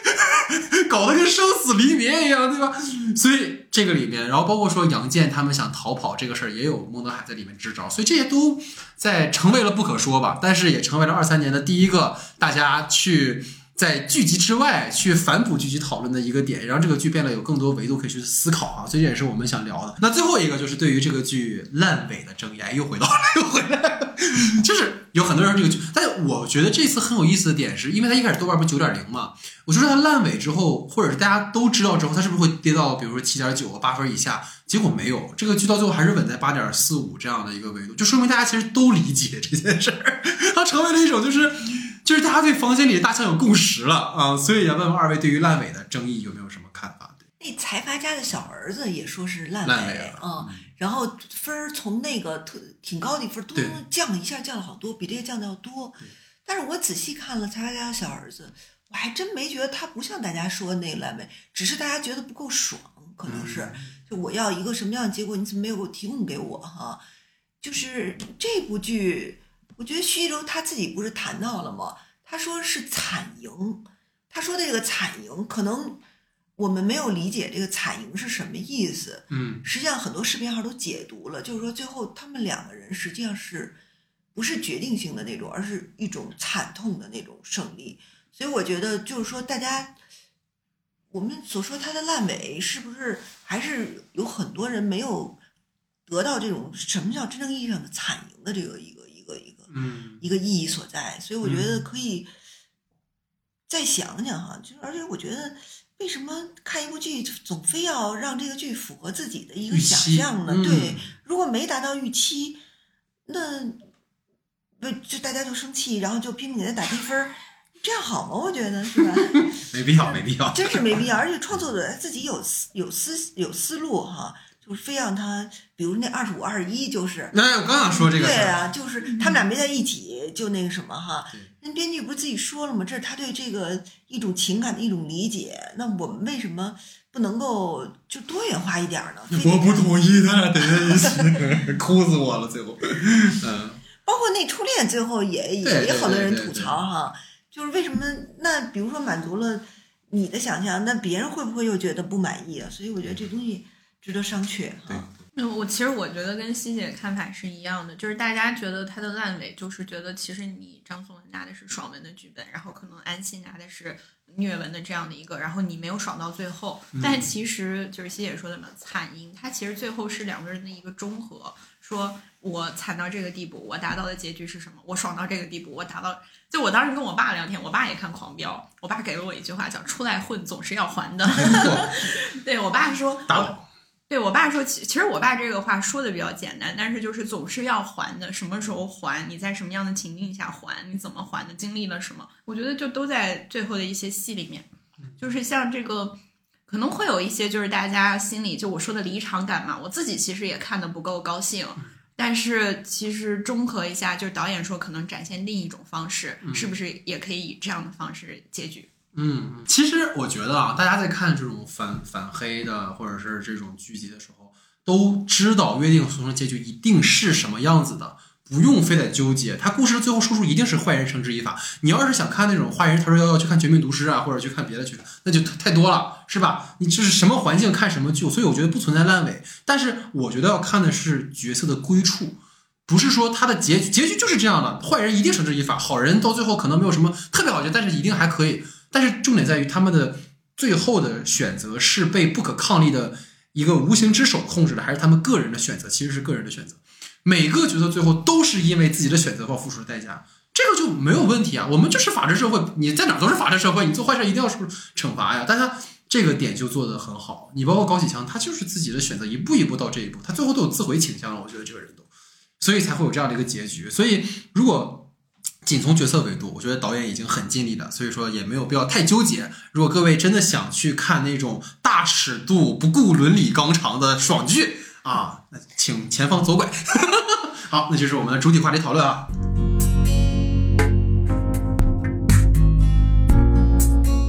搞得跟生死离别一样，对吧？所以这个里面，然后包括说杨健他们想逃跑这个事儿，也有孟德海在里面支招，所以这些都在成为了不可说吧，但是也成为了二三年的第一个大家去在剧集之外去反哺剧集讨论的一个点，让这个剧变得有更多维度可以去思考啊，所以这也是我们想聊的。那最后一个就是对于这个剧烂尾的争议，哎，又回到了，又回来了，就是有很多人这个剧，但是我觉得这次很有意思的点是，因为它一开始豆瓣不是 九点零 嘛，我觉得它烂尾之后，或者是大家都知道之后，它是不是会跌到比如说 七点九 八分以下？结果没有，这个剧到最后还是稳在 八点四五 这样的一个维度，就说明大家其实都理解这件事儿，它成为了一种就是就是大家对房间里的大象有共识了啊，所以要问问二位对于烂尾的争议有没有什么看法？ 那财阀家的小儿子也说是烂尾， 烂尾了嗯，然后分儿从那个特挺高的一分，嘟降一下降了好多，比这个降的要多。但是我仔细看了财阀家的小儿子，我还真没觉得他不像大家说的那个烂尾，只是大家觉得不够爽，可能是、嗯、就我要一个什么样的结果，你怎么没有提供给我哈？就是这部剧，我觉得徐艺洲他自己不是谈到了吗？他说是惨赢，他说的这个惨赢可能。我们没有理解这个惨赢是什么意思， 嗯， 实际上很多视频号都解读了，就是说最后他们两个人实际上是不是决定性的那种，而是一种惨痛的那种胜利。所以我觉得就是说大家我们所说他的烂尾是不是还是有很多人没有得到这种什么叫真正意义上的惨赢的这个一个一个一个嗯一个意义所在。所以我觉得可以再想想哈，就而且我觉得为什么看一部剧总非要让这个剧符合自己的一个想象呢？ 嗯、 对，如果没达到预期，那不就大家就生气，然后就拼命给他打低分，这样好吗？我觉得是吧？ 没必要，没必要， 真是没必要。而且创作者自己有思有思有思路哈，就是非让他，比如那二十五二十一，就是那我刚想说这个， 对啊，就是他们俩没在一起，就那个什么哈。人编剧不是自己说了吗？这是他对这个一种情感的一种理解。那我们为什么不能够就多元化一点呢？ 我不同意，他俩得在一起，哭死我了。最后，嗯， 包括那初恋，最后也也有好多人吐槽哈，就是为什么？那比如说满足了你的想象，那别人会不会又觉得不满意啊？所以我觉得这东西值得商榷哈。 那我其实我觉得跟希姐看法是一样的，就是大家觉得他的烂尾，就是觉得其实你张颂文拿的是爽文的剧本，然后可能安琪拿的是虐文的这样的一个，然后你没有爽到最后。但其实就是希姐说的嘛，惨赢，它其实最后是两个人的一个中和。说我惨到这个地步，我达到的结局是什么？我爽到这个地步，我达到。就我当时跟我爸聊天，我爸也看《狂飙》，我爸给了我一句话叫“出来混总是要还的”。对我爸说打我。对我爸说，其实我爸这个话说的比较简单，但是就是总是要还的，什么时候还，你在什么样的情境下还，你怎么还的，经历了什么，我觉得就都在最后的一些戏里面。就是像这个可能会有一些就是大家心里就我说的离场感嘛，我自己其实也看得不够高兴，但是其实综合一下，就是导演说可能展现另一种方式，是不是也可以以这样的方式结局。 嗯，其实我觉得啊，大家在看这种反反黑的或者是这种剧集的时候，都知道约定俗成结局一定是什么样子的，不用非得纠结。他故事最后说出一定是坏人绳之以法。你要是想看那种坏人，他说要要去看《绝命毒师》啊，或者去看别的剧，那就太多了，是吧？你就是什么环境看什么剧，所以我觉得不存在烂尾。但是我觉得要看的是角色的归处。不是说他的结局结局就是这样的，坏人一定绳之以法，好人到最后可能没有什么特别好结，但是一定还可以。但是重点在于他们的最后的选择是被不可抗力的一个无形之手控制的，还是他们个人的选择？其实是个人的选择。每个角色最后都是因为自己的选择而付出的代价，这个就没有问题啊。我们就是法治社会，你在哪都是法治社会，你做坏事一定要受惩罚呀。但他这个点就做得很好。你包括高启强，他就是自己的选择，一步一步到这一步，他最后都有自毁倾向了。我觉得这个人都，所以才会有这样的一个结局。所以如果仅从角色维度，我觉得导演已经很尽力了，所以说也没有必要太纠结。如果各位真的想去看那种大尺度、不顾伦理纲常的爽剧啊，那请前方左拐。好，那就是我们的主体话题讨论啊。好，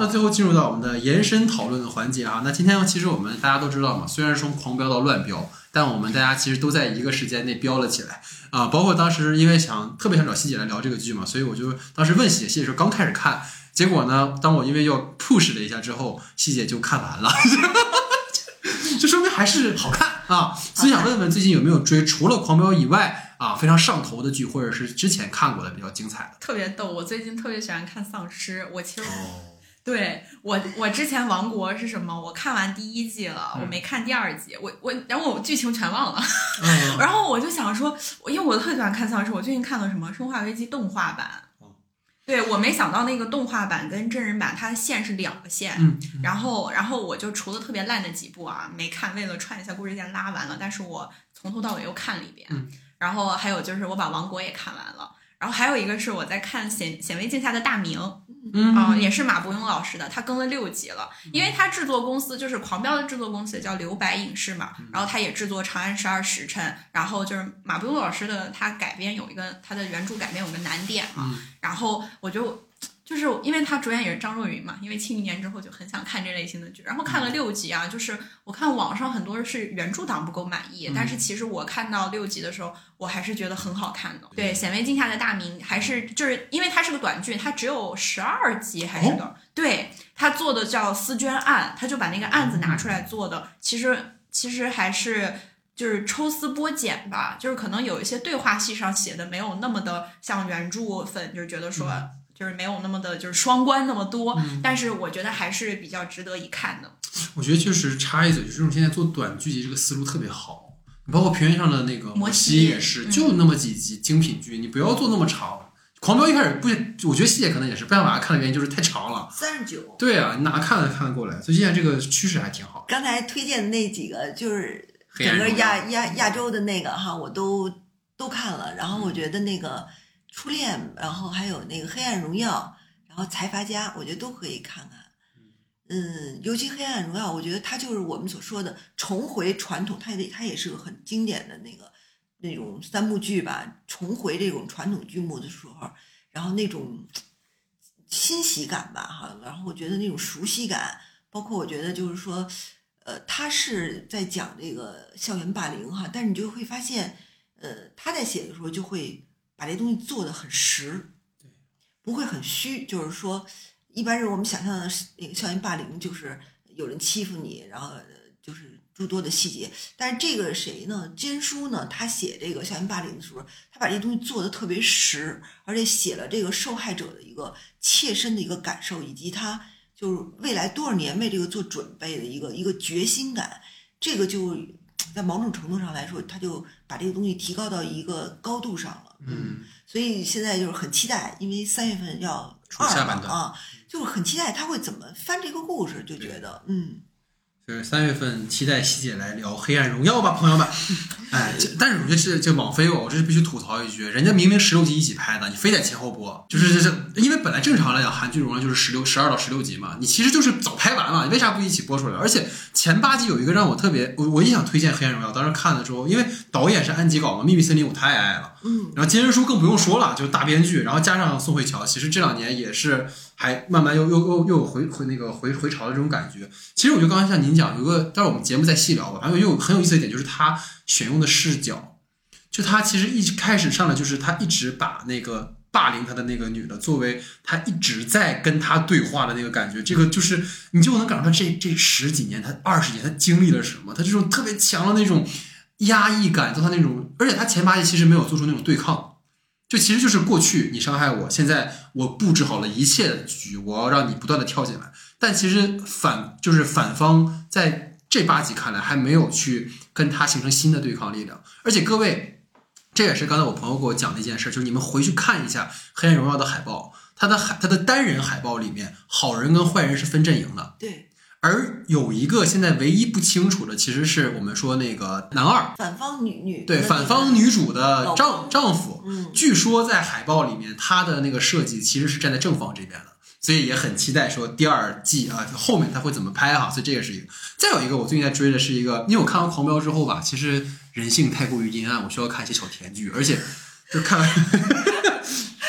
那最后进入到我们的延伸讨论的环节啊。那今天其实我们大家都知道嘛，虽然从狂飙到乱飙，但我们大家其实都在一个时间内飙了起来啊。包括当时因为想特别想找希姐来聊这个剧嘛，所以我就当时问希姐，希姐说刚开始看，结果呢，当我因为又 push 了一下之后，希姐就看完了。就说明还是好看啊，所以想问问最近有没有追除了狂飙以外啊非常上头的剧，或者是之前看过的比较精彩的？ 特别逗，我最近特别喜欢看丧尸。我其实、 哦、 对我我之前王国是什么？我看完第一季了，嗯、我没看第二季，我我然后我剧情全忘了，嗯、然后我就想说，因为我特别喜欢看丧尸，我最近看了什么《生化危机》动画版。对，我没想到那个动画版跟真人版它的线是两个线， 嗯， 然后然后我就除了特别烂的几部啊没看，为了串一下故事线拉完了，但是我从头到尾又看了一遍， 嗯， 然后还有就是我把王国也看完了，然后还有一个是我在看显显微镜下的大明， 嗯、 呃、也是马伯庸老师的，他更了六集了，因为他制作公司就是狂飙的制作公司叫留白影视嘛，然后他也制作长安十二时辰，然后就是马伯庸老师的他改编有一个他的原著改编有个难点嘛、 嗯、 然后我就就是因为他主演也是张若昀嘛，因为庆余年之后就很想看这类型的剧，然后看了六集啊，就是我看网上很多人是原著党不够满意、嗯、但是其实我看到六集的时候我还是觉得很好看的。对，显微镜下的大明还是就是因为它是个短剧，它只有十二集还是多少、哦、对，他做的叫思娟案，他就把那个案子拿出来做的，其实其实还是就是抽丝剥茧吧，就是可能有一些对话戏上写的没有那么的像原著粉就是觉得说、嗯就是没有那么的，就是双关那么多、嗯，但是我觉得还是比较值得一看的。 我觉得确实插一嘴，就是这种现在做短剧集这个思路特别好，包括平原上的那个摩西也是，就那么几集精品剧，你不要做那么长。狂飙一开始不，我觉得细节可能也是不想把它看的原因就是太长了， 三十九。 对啊，你哪看得看得过来？所以现在这个趋势还挺好。 刚才推荐的那几个就是整个亚亚亚洲的那个哈，我都都看了，然后我觉得那个。初恋，然后还有那个黑暗荣耀，然后财阀家，我觉得都可以看看。嗯，尤其黑暗荣耀，我觉得它就是我们所说的重回传统，它也它也是个很经典的那个那种三幕剧吧，重回这种传统剧目的时候，然后那种欣喜感吧，哈，然后我觉得那种熟悉感，包括我觉得就是说，呃，他是在讲这个校园霸凌哈，但是你就会发现，呃，他在写的时候就会。把这东西做得很实，不会很虚。就是说，一般人我们想象的那个校园霸凌，就是有人欺负你，然后就是诸多的细节。但是这个谁呢？坚叔呢？他写这个校园霸凌的时候，他把这东西做得特别实，而且写了这个受害者的一个切身的一个感受，以及他就是未来多少年为这个做准备的一个一个决心感。这个就在某种程度上来说，他就把这个东西提高到一个高度上了。 嗯， 所以现在就是很期待，因为三月份要出下半段啊，就是很期待他会怎么翻这个故事，就觉得嗯， 就是三月份期待希姐来聊《黑暗荣耀》吧，朋友们。哎，但是我觉得是这网飞哦，我这是必须吐槽一句，人家明明十六集一起拍的，你非得前后播，就是这因为本来正常来讲韩剧荣耀就是十六、十二到十六集嘛，你其实就是早拍完了，你为啥不一起播出来？而且前八集有一个让我特别，我我也想推荐《黑暗荣耀》，当时看的时候，因为导演是安吉稿嘛，《秘密森林》我太爱了， 嗯， 然后金恩淑更不用说了，就是大编剧，然后加上宋慧乔，其实这两年也是还慢慢又又又又有回回那个回回潮的这种感觉。其实我觉得刚才像您讲，有个，待会儿我们节目再细聊吧。反正有很有意思的一点就是他选用的视角，就他其实一开始上来就是他一直把那个霸凌他的那个女的作为他一直在跟他对话的那个感觉，这个就是你就能感受到这这十几年他二十年他经历了什么，他这种特别强的那种压抑感，到他那种，而且他前八集其实没有做出那种对抗。就其实就是过去你伤害我，现在我布置好了一切的局，我要让你不断的跳进来。但其实反就是反方在这八集看来还没有去跟他形成新的对抗力量。而且各位，这也是刚才我朋友给我讲的一件事，就是你们回去看一下《黑暗荣耀》的海报，他的海他的单人海报里面，好人跟坏人是分阵营的。 对。 而有一个现在唯一不清楚的，其实是我们说那个男二反方女女对反方女主的丈丈夫， 嗯， 据说在海报里面他的那个设计其实是站在正方这边的，所以也很期待说第二季啊后面他会怎么拍哈，所以这个是一个。再有一个我最近在追的是一个，因为我看完狂飙之后吧，其实人性太过于阴暗，我需要看一些小甜剧，而且就看完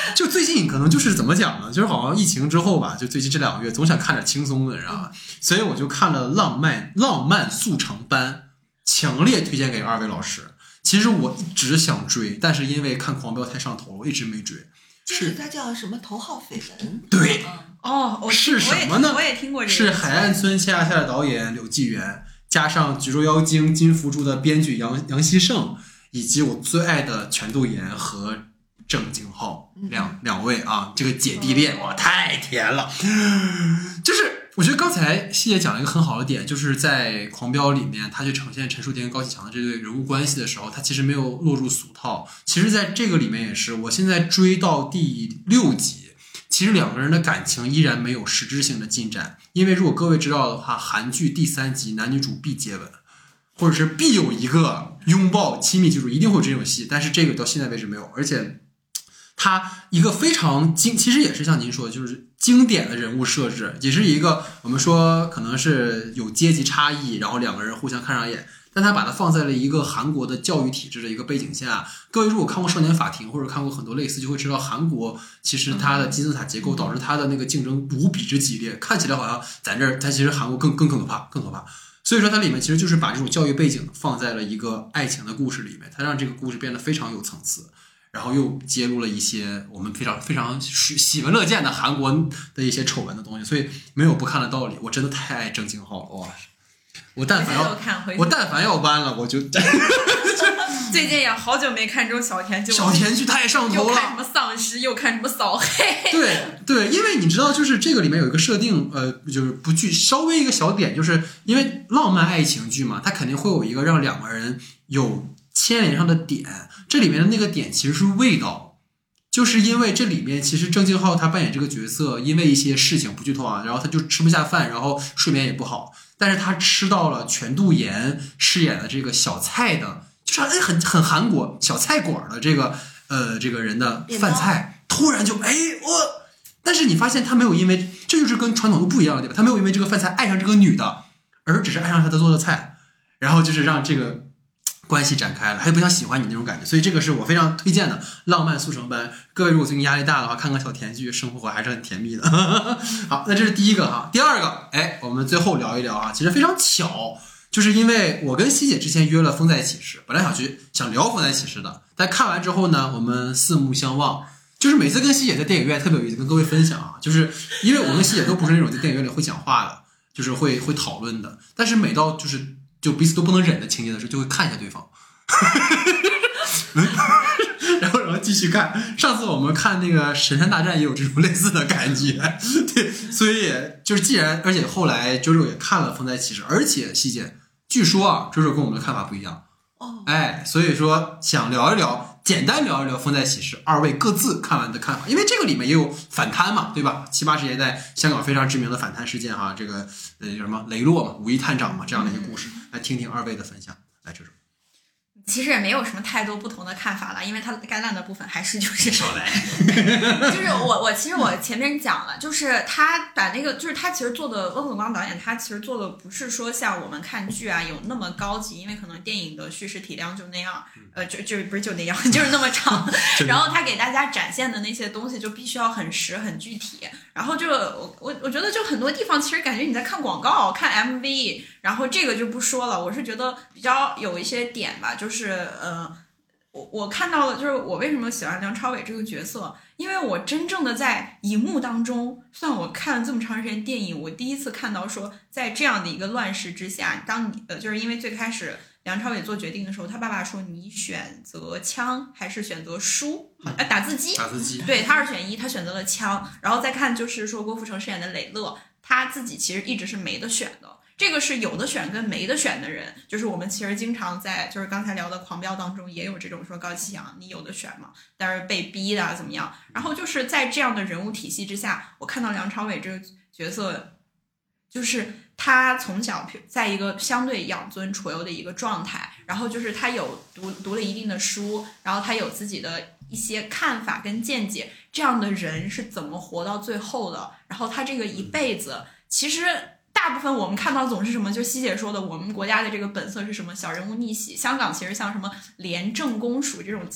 就最近可能就是怎么讲呢？就是好像疫情之后吧，就最近这两个月总想看点轻松的，你知道吗？所以我就看了《浪漫浪漫速成班》，强烈推荐给二位老师。其实我一直想追，但是因为看《狂飙》太上头，我一直没追。 是它叫什么头号绯闻？ 对。 哦，我是什么呢？ 我也听过这个， 是海岸村恰恰的导演柳纪元，加上《举州妖精》金福珠的编剧杨杨希胜，以及我最爱的全度妍和郑敬浩两两位啊，这个姐弟恋哇，太甜了。就是我觉得刚才希姐讲了一个很好的点，就是在《狂飙》里面，他去呈现陈数典跟高启强的这对人物关系的时候，他其实没有落入俗套。其实在这个里面也是，我现在追到第六集。其实两个人的感情依然没有实质性的进展，因为如果各位知道的话，韩剧第三集男女主必接吻，或者是必有一个拥抱亲密接触，一定会有这种戏，但是这个到现在为止没有。而且他一个非常经，其实也是像您说的，就是经典的人物设置，也是一个我们说可能是有阶级差异，然后两个人互相看上眼，但他把它放在了一个韩国的教育体制的一个背景下。各位如果看过少年法庭或者看过很多类似，就会知道韩国其实它的金字塔结构导致它的那个竞争无比之激烈，看起来好像咱这儿，它其实韩国更更更可怕更可怕。所以说它里面其实就是把这种教育背景放在了一个爱情的故事里面，它让这个故事变得非常有层次，然后又揭露了一些我们非常非常喜闻乐见的韩国的一些丑闻的东西，所以没有不看的道理。我真的太爱郑敬浩了，哇！我但凡要我但凡要弯了，我就最近也好久没看这种小甜剧， 小甜剧太上头了， 又看什么丧尸，又看什么扫黑。 对对，因为你知道，就是这个里面有一个设定，呃，就是不剧稍微一个小点，就是因为浪漫爱情剧嘛，它肯定会有一个让两个人有牵连上的点，这里面的那个点其实是味道。就是因为这里面其实郑敬浩他扮演这个角色，因为一些事情不剧透啊，然后他就吃不下饭，然后睡眠也不好，但是他吃到了全度妍饰演的这个小菜的，就是哎很很韩国小菜馆的这个呃这个人的饭菜，突然就哎我，但是你发现他没有因为，这就是跟传统都不一样的地方，他没有因为这个饭菜爱上这个女的，而只是爱上他的做的菜，然后就是让这个关系展开了，他就不想喜欢你那种感觉，所以这个是我非常推荐的浪漫速成班。各位如果最近压力大的话，看看小甜剧，生活还是很甜蜜的。好，那这是第一个哈。第二个，哎，我们最后聊一聊啊，其实非常巧，就是因为我跟希姐之前约了《风再起时》，本来想去想聊《风再起时》的，但看完之后呢，我们四目相望。就是每次跟希姐在电影院特别有意思，跟各位分享啊，就是因为我跟希姐都不是那种在电影院里会讲话的，就是会会讨论的，但是每到就是就彼此都不能忍的情节的时候，就会看一下对方，然后然后继续看。上次我们看那个《神探大战》也有这种类似的感觉，对，所以就是既然，而且后来周周也看了《风再起时》，而且希姐据说啊，周周跟我们的看法不一样， 哦， 哎，所以说想聊一聊。简单聊一聊《风再起时》，二位各自看完的看法，因为这个里面也有反贪嘛，对吧？七八十年代香港非常知名的反贪事件哈，这个呃什么雷洛嘛、五一探长嘛这样的一个故事，来听听二位的分享。来，这种其实也没有什么太多不同的看法了，因为它该烂的部分还是就是少来， 就是我我其实我前面讲了，就是他把那个就是他其实做的翁子光导演，他其实做的不是说像我们看剧啊有那么高级，因为可能电影的叙事体量就那样，呃就就不是就那样，就是那么长，然后他给大家展现的那些东西就必须要很实很具体，然后就我我我觉得就很多地方其实感觉你在看广告看 M V， 然后这个就不说了，我是觉得比较有一些点吧，就是是呃，我我看到了，就是我为什么喜欢梁朝伟这个角色，因为我真正的在荧幕当中，算我看了这么长时间电影，我第一次看到说，在这样的一个乱世之下，当你呃，就是因为最开始梁朝伟做决定的时候，他爸爸说你选择枪还是选择书，呃，打字机， 打字机， 对，他二选一，他选择了枪，然后再看就是说郭富城饰演的磊乐，他自己其实一直是没得选的。这个是有的选跟没得选的人，就是我们其实经常在就是刚才聊的狂飙当中也有这种说高启阳你有的选嘛，但是被逼的怎么样，然后就是在这样的人物体系之下，我看到梁朝伟这个角色，就是他从小在一个相对养尊处优的一个状态，然后就是他有读读了一定的书，然后他有自己的一些看法跟见解，这样的人是怎么活到最后的，然后他这个一辈子其实大部分我们看到总是什么，就希姐说的，我们国家的这个本色是什么？小人物逆袭。香港其实像什么廉政公署这种，其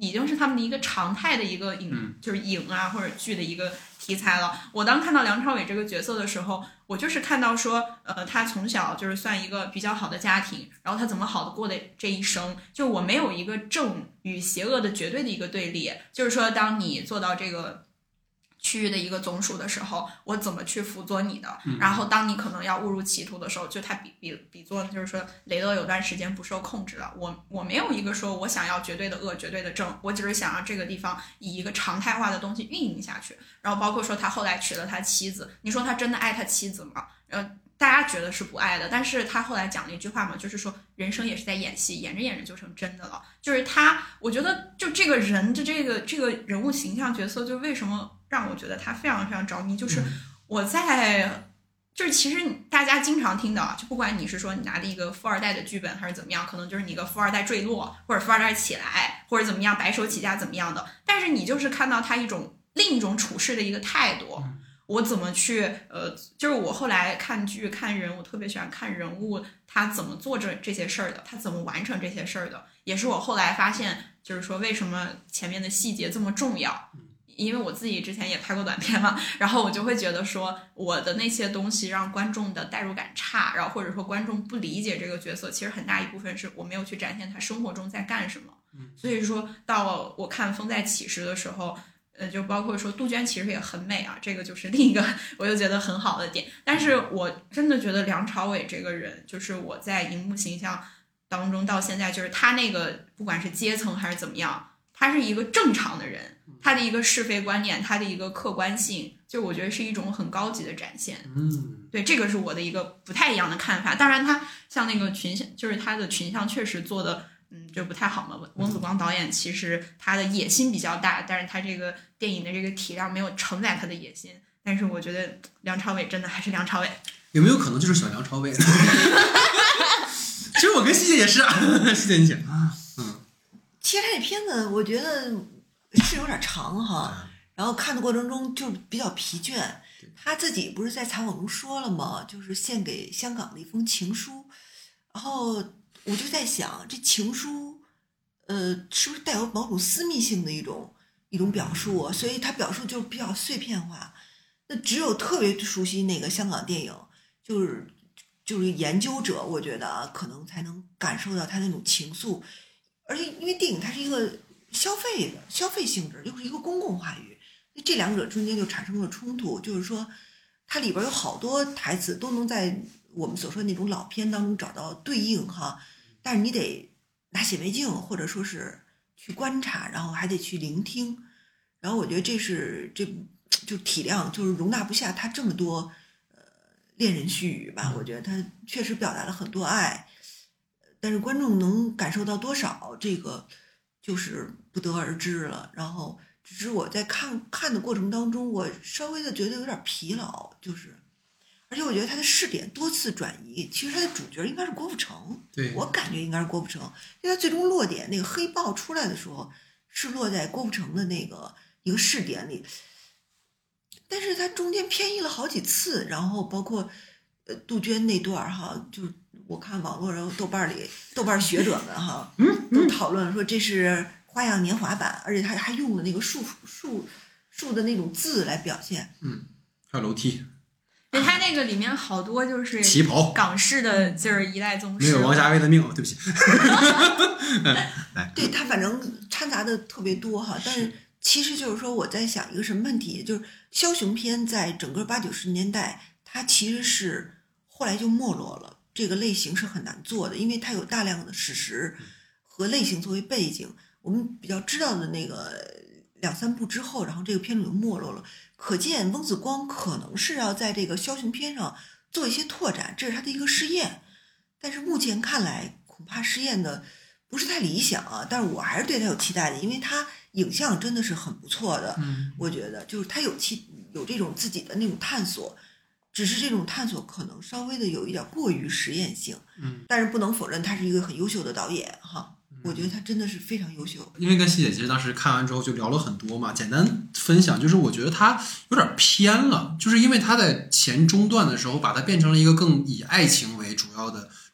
已经是他们的一个常态的一个影， 嗯、 就是影啊或者剧的一个题材了。我当看到梁朝伟这个角色的时候，我就是看到说，呃，他从小就是算一个比较好的家庭，然后他怎么好的过的这一生，就我没有一个正与邪恶的绝对的一个对立，就是说，当你做到这个区域的一个总署的时候，我怎么去辅佐你的？ 嗯、 然后当你可能要误入歧途的时候，就他比比比作就是说雷德有段时间不受控制了，我我没有一个说我想要绝对的恶绝对的正，我只是想让这个地方以一个常态化的东西运营下去。然后包括说他后来娶了他妻子，你说他真的爱他妻子吗？呃，大家觉得是不爱的，但是他后来讲了一句话嘛，就是说人生也是在演戏，演着演着就成真的了。就是他，我觉得就这个人的这个这个人物形象角色，就为什么让我觉得他非常非常着迷，就是我在，就是其实大家经常听到，就不管你是说你拿的一个富二代的剧本还是怎么样，可能就是你一个富二代坠落，或者富二代起来，或者怎么样白手起家怎么样的，但是你就是看到他一种另一种处事的一个态度。我怎么去呃，就是我后来看剧看人，我特别喜欢看人物他怎么做这这些事儿的，他怎么完成这些事儿的，也是我后来发现，就是说为什么前面的细节这么重要。因为我自己之前也拍过短片嘛，然后我就会觉得说我的那些东西让观众的代入感差，然后或者说观众不理解这个角色，其实很大一部分是我没有去展现他生活中在干什么。所以说到我看《风再起时》的时候，呃，就包括说杜鹃其实也很美啊，这个就是另一个我就觉得很好的点。但是我真的觉得梁朝伟这个人，就是我在荧幕形象当中到现在，就是他那个不管是阶层还是怎么样，他是一个正常的人，他的一个是非观念，他的一个客观性，就我觉得是一种很高级的展现。 嗯， 对，这个是我的一个不太一样的看法。当然他像那个群像，就是他的群像确实做的嗯就不太好嘛。翁子光导演其实他的野心比较大，但是他这个电影的这个体量没有承载他的野心。但是我觉得梁朝伟真的还是梁朝伟。 有没有可能就是喜欢梁朝伟？其实我跟西姐也是，西姐你讲。嗯， 其实他这片子我觉得是有点长哈，然后看的过程中就比较疲倦。他自己不是在采访中说了吗？就是献给香港的一封情书。然后我就在想，这情书，呃，是不是带有某种私密性的一种一种表述啊？所以他表述就比较碎片化。那只有特别熟悉那个香港电影，就是就是研究者，我觉得啊，可能才能感受到他那种情愫。而且因为电影它是一个消费的消费性质，又是一个公共话语，这两者中间就产生了冲突。就是说它里边有好多台词都能在我们所说的那种老片当中找到对应哈，但是你得拿显微镜或者说是去观察，然后还得去聆听。然后我觉得这是这就体量就是容纳不下他这么多呃恋人絮语吧。我觉得他确实表达了很多爱，但是观众能感受到多少，这个就是不得而知了。然后只是我在看看的过程当中，我稍微的觉得有点疲劳，就是而且我觉得他的视点多次转移，其实他的主角应该是郭富城， 对， 我感觉应该是郭富城，因为他最终落点那个黑豹出来的时候是落在郭富城的那个一个视点里，但是他中间偏移了好几次，然后包括呃杜鹃那段哈，就是我看网络然后豆瓣里豆瓣学者们哈都讨论说这是花样年华版，而且他还用了那个树树树的那种字来表现。 嗯，还有楼梯。 对，他那个里面好多就是旗袍港式的，就是一代宗师。 没有王家卫的命，对不起。 对，他反正掺杂的特别多哈，但是其实就是说我在想一个什么问题，就是枭雄片在整个八九十年代，它其实是后来就没落了。这个类型是很难做的，因为它有大量的史实和类型作为背景。我们比较知道的那个两三部之后，然后这个片子就没落了。可见翁子光可能是要在这个枭雄片上做一些拓展，这是他的一个试验。但是目前看来，恐怕试验的不是太理想啊。但是我还是对他有期待的，因为他影像真的是很不错的。 嗯， 我觉得就是他有其有这种自己的那种探索。只是这种探索可能稍微的有一点过于实验性， 嗯， 但是不能否认他是一个很优秀的导演哈，我觉得他真的是非常优秀。 因为跟希姐其实当时看完之后就聊了很多嘛，简单分享就是我觉得他有点偏了，就是因为他在前中段的时候把它变成了一个更以爱情为主要的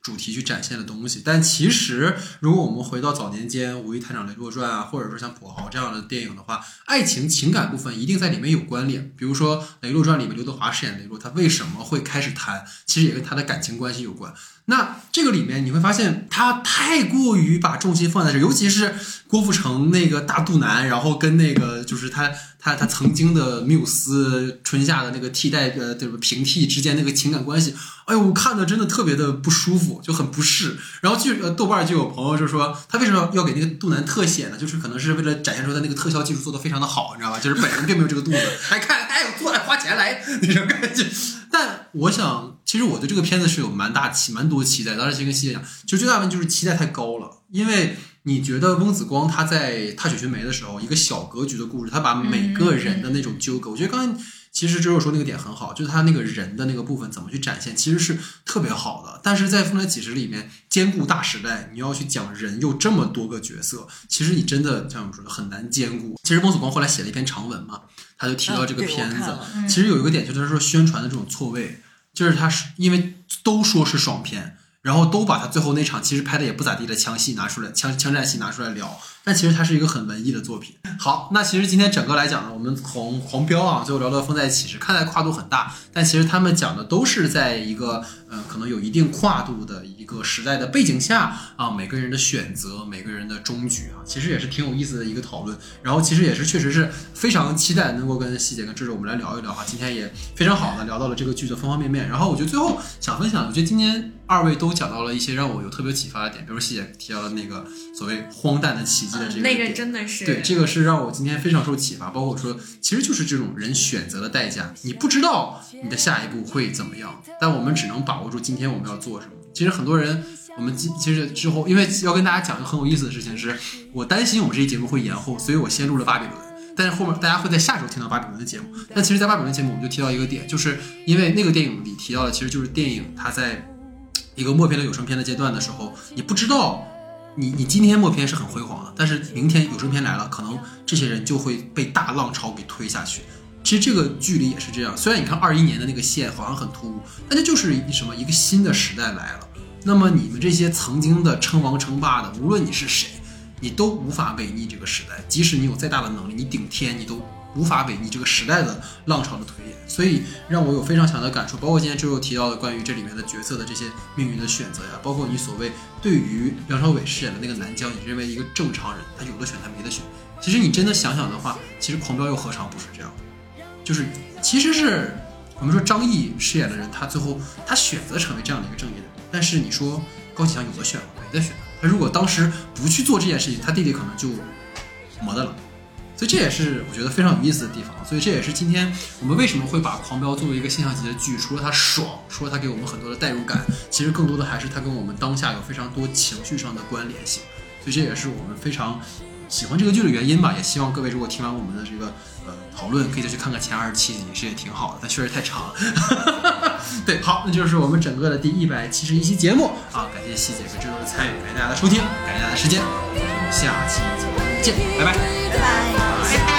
主题去展现的东西。但其实如果我们回到早年间《五一探长雷洛传》啊，或者说像跛豪这样的电影的话，爱情情感部分一定在里面有关联。比如说《雷洛传》里面刘德华饰演雷洛，他为什么会开始谈，其实也跟他的感情关系有关。那这个里面你会发现他太过于把重心放在这，尤其是郭富城那个大肚腩，然后跟那个就是他他他曾经的缪斯春夏的那个替代呃对吧平替之间那个情感关系，哎呦我看的真的特别的不舒服，就很不适。然后就呃豆瓣就有朋友就说他为什么要给那个肚腩特写呢？就是可能是为了展现出他那个特效技术做得非常的好，你知道吧？就是本人并没有这个肚子，还看还有做还花钱来那种感觉。但我想其实我对这个片子是有蛮大期蛮多期待，当然先跟西姐讲，就最大问题就是期待太高了。因为你觉得翁子光他在踏雪寻梅的时候，一个小格局的故事，他把每个人的那种纠葛，我觉得刚才其实只有说那个点很好，就是他那个人的那个部分怎么去展现，其实是特别好的。但是在《风来几时》里面兼顾大时代，你要去讲人又这么多个角色，其实你真的像我们说的很难兼顾。其实翁子光后来写了一篇长文嘛，他就提到这个片子， 嗯、 其实有一个点就是说宣传的这种错位，就是他是因为都说是爽片，然后都把他最后那场其实拍的也不咋地的枪戏拿出来，枪枪战戏拿出来聊，但其实它是一个很文艺的作品。好，那其实今天整个来讲呢，我们从黄标啊，最后聊到风在起时，看来跨度很大，但其实他们讲的都是在一个呃可能有一定跨度的一个时代的背景下啊，每个人的选择，每个人的终局啊，其实也是挺有意思的一个讨论。然后其实也是确实是非常期待能够跟西姐跟智智我们来聊一聊哈，今天也非常好的聊到了这个剧的方方面面。然后我觉得最后想分享，我觉得今天二位都讲到了一些让我有特别启发的点，比如西姐提到了那个所谓荒诞的奇迹的这个点、 嗯、那个真的是对，这个是让我今天非常受启发。包括说其实就是这种人选择的代价，你不知道你的下一步会怎么样，但我们只能把握住今天我们要做什么。其实很多人我们其实之后，因为要跟大家讲一个很有意思的事情，是我担心我们这期节目会延后，所以我先录了巴比伦，但是后面大家会在下周听到巴比伦的节目。但其实在巴比伦节目我们就提到一个点，就是因为那个电影里提到的其实就是电影它在一个默片的有声片的阶段的时候，你不知道你你今天默片是很辉煌的，但是明天有声片来了，可能这些人就会被大浪潮给推下去。其实这个剧里也是这样，虽然你看二一年的那个线好像很突兀，但这就是什么一个新的时代来了。那么你们这些曾经的称王称霸的，无论你是谁，你都无法违逆这个时代，即使你有再大的能力，你顶天，你都无法违逆这个时代的浪潮的推演。所以让我有非常强的感触，包括今天周周提到的关于这里面的角色的这些命运的选择呀，包括你所谓对于梁朝伟饰演的那个南疆，你认为一个正常人他有的选他没得选，其实你真的想想的话，其实狂飙又何尝不是这样，就是其实是我们说张译饰演的人，他最后他选择成为这样的一个正义的人，但是你说高启强有的选吗？没得选。他如果当时不去做这件事情，他弟弟可能就没得了。所以这也是我觉得非常有意思的地方。所以这也是今天我们为什么会把狂飙作为一个现象级的剧，除了它爽，除了它给我们很多的代入感，其实更多的还是它跟我们当下有非常多情绪上的关联性。所以这也是我们非常喜欢这个剧的原因吧。也希望各位如果听完我们的这个呃讨论，可以再去看看前二十七集，是也挺好的，但确实太长了。对，好，那就是我们整个的第一百七十一期节目啊，感谢西姐跟周周的参与，感谢大家的收听，感谢大家的时间，我们下期节目见，拜拜， 拜拜。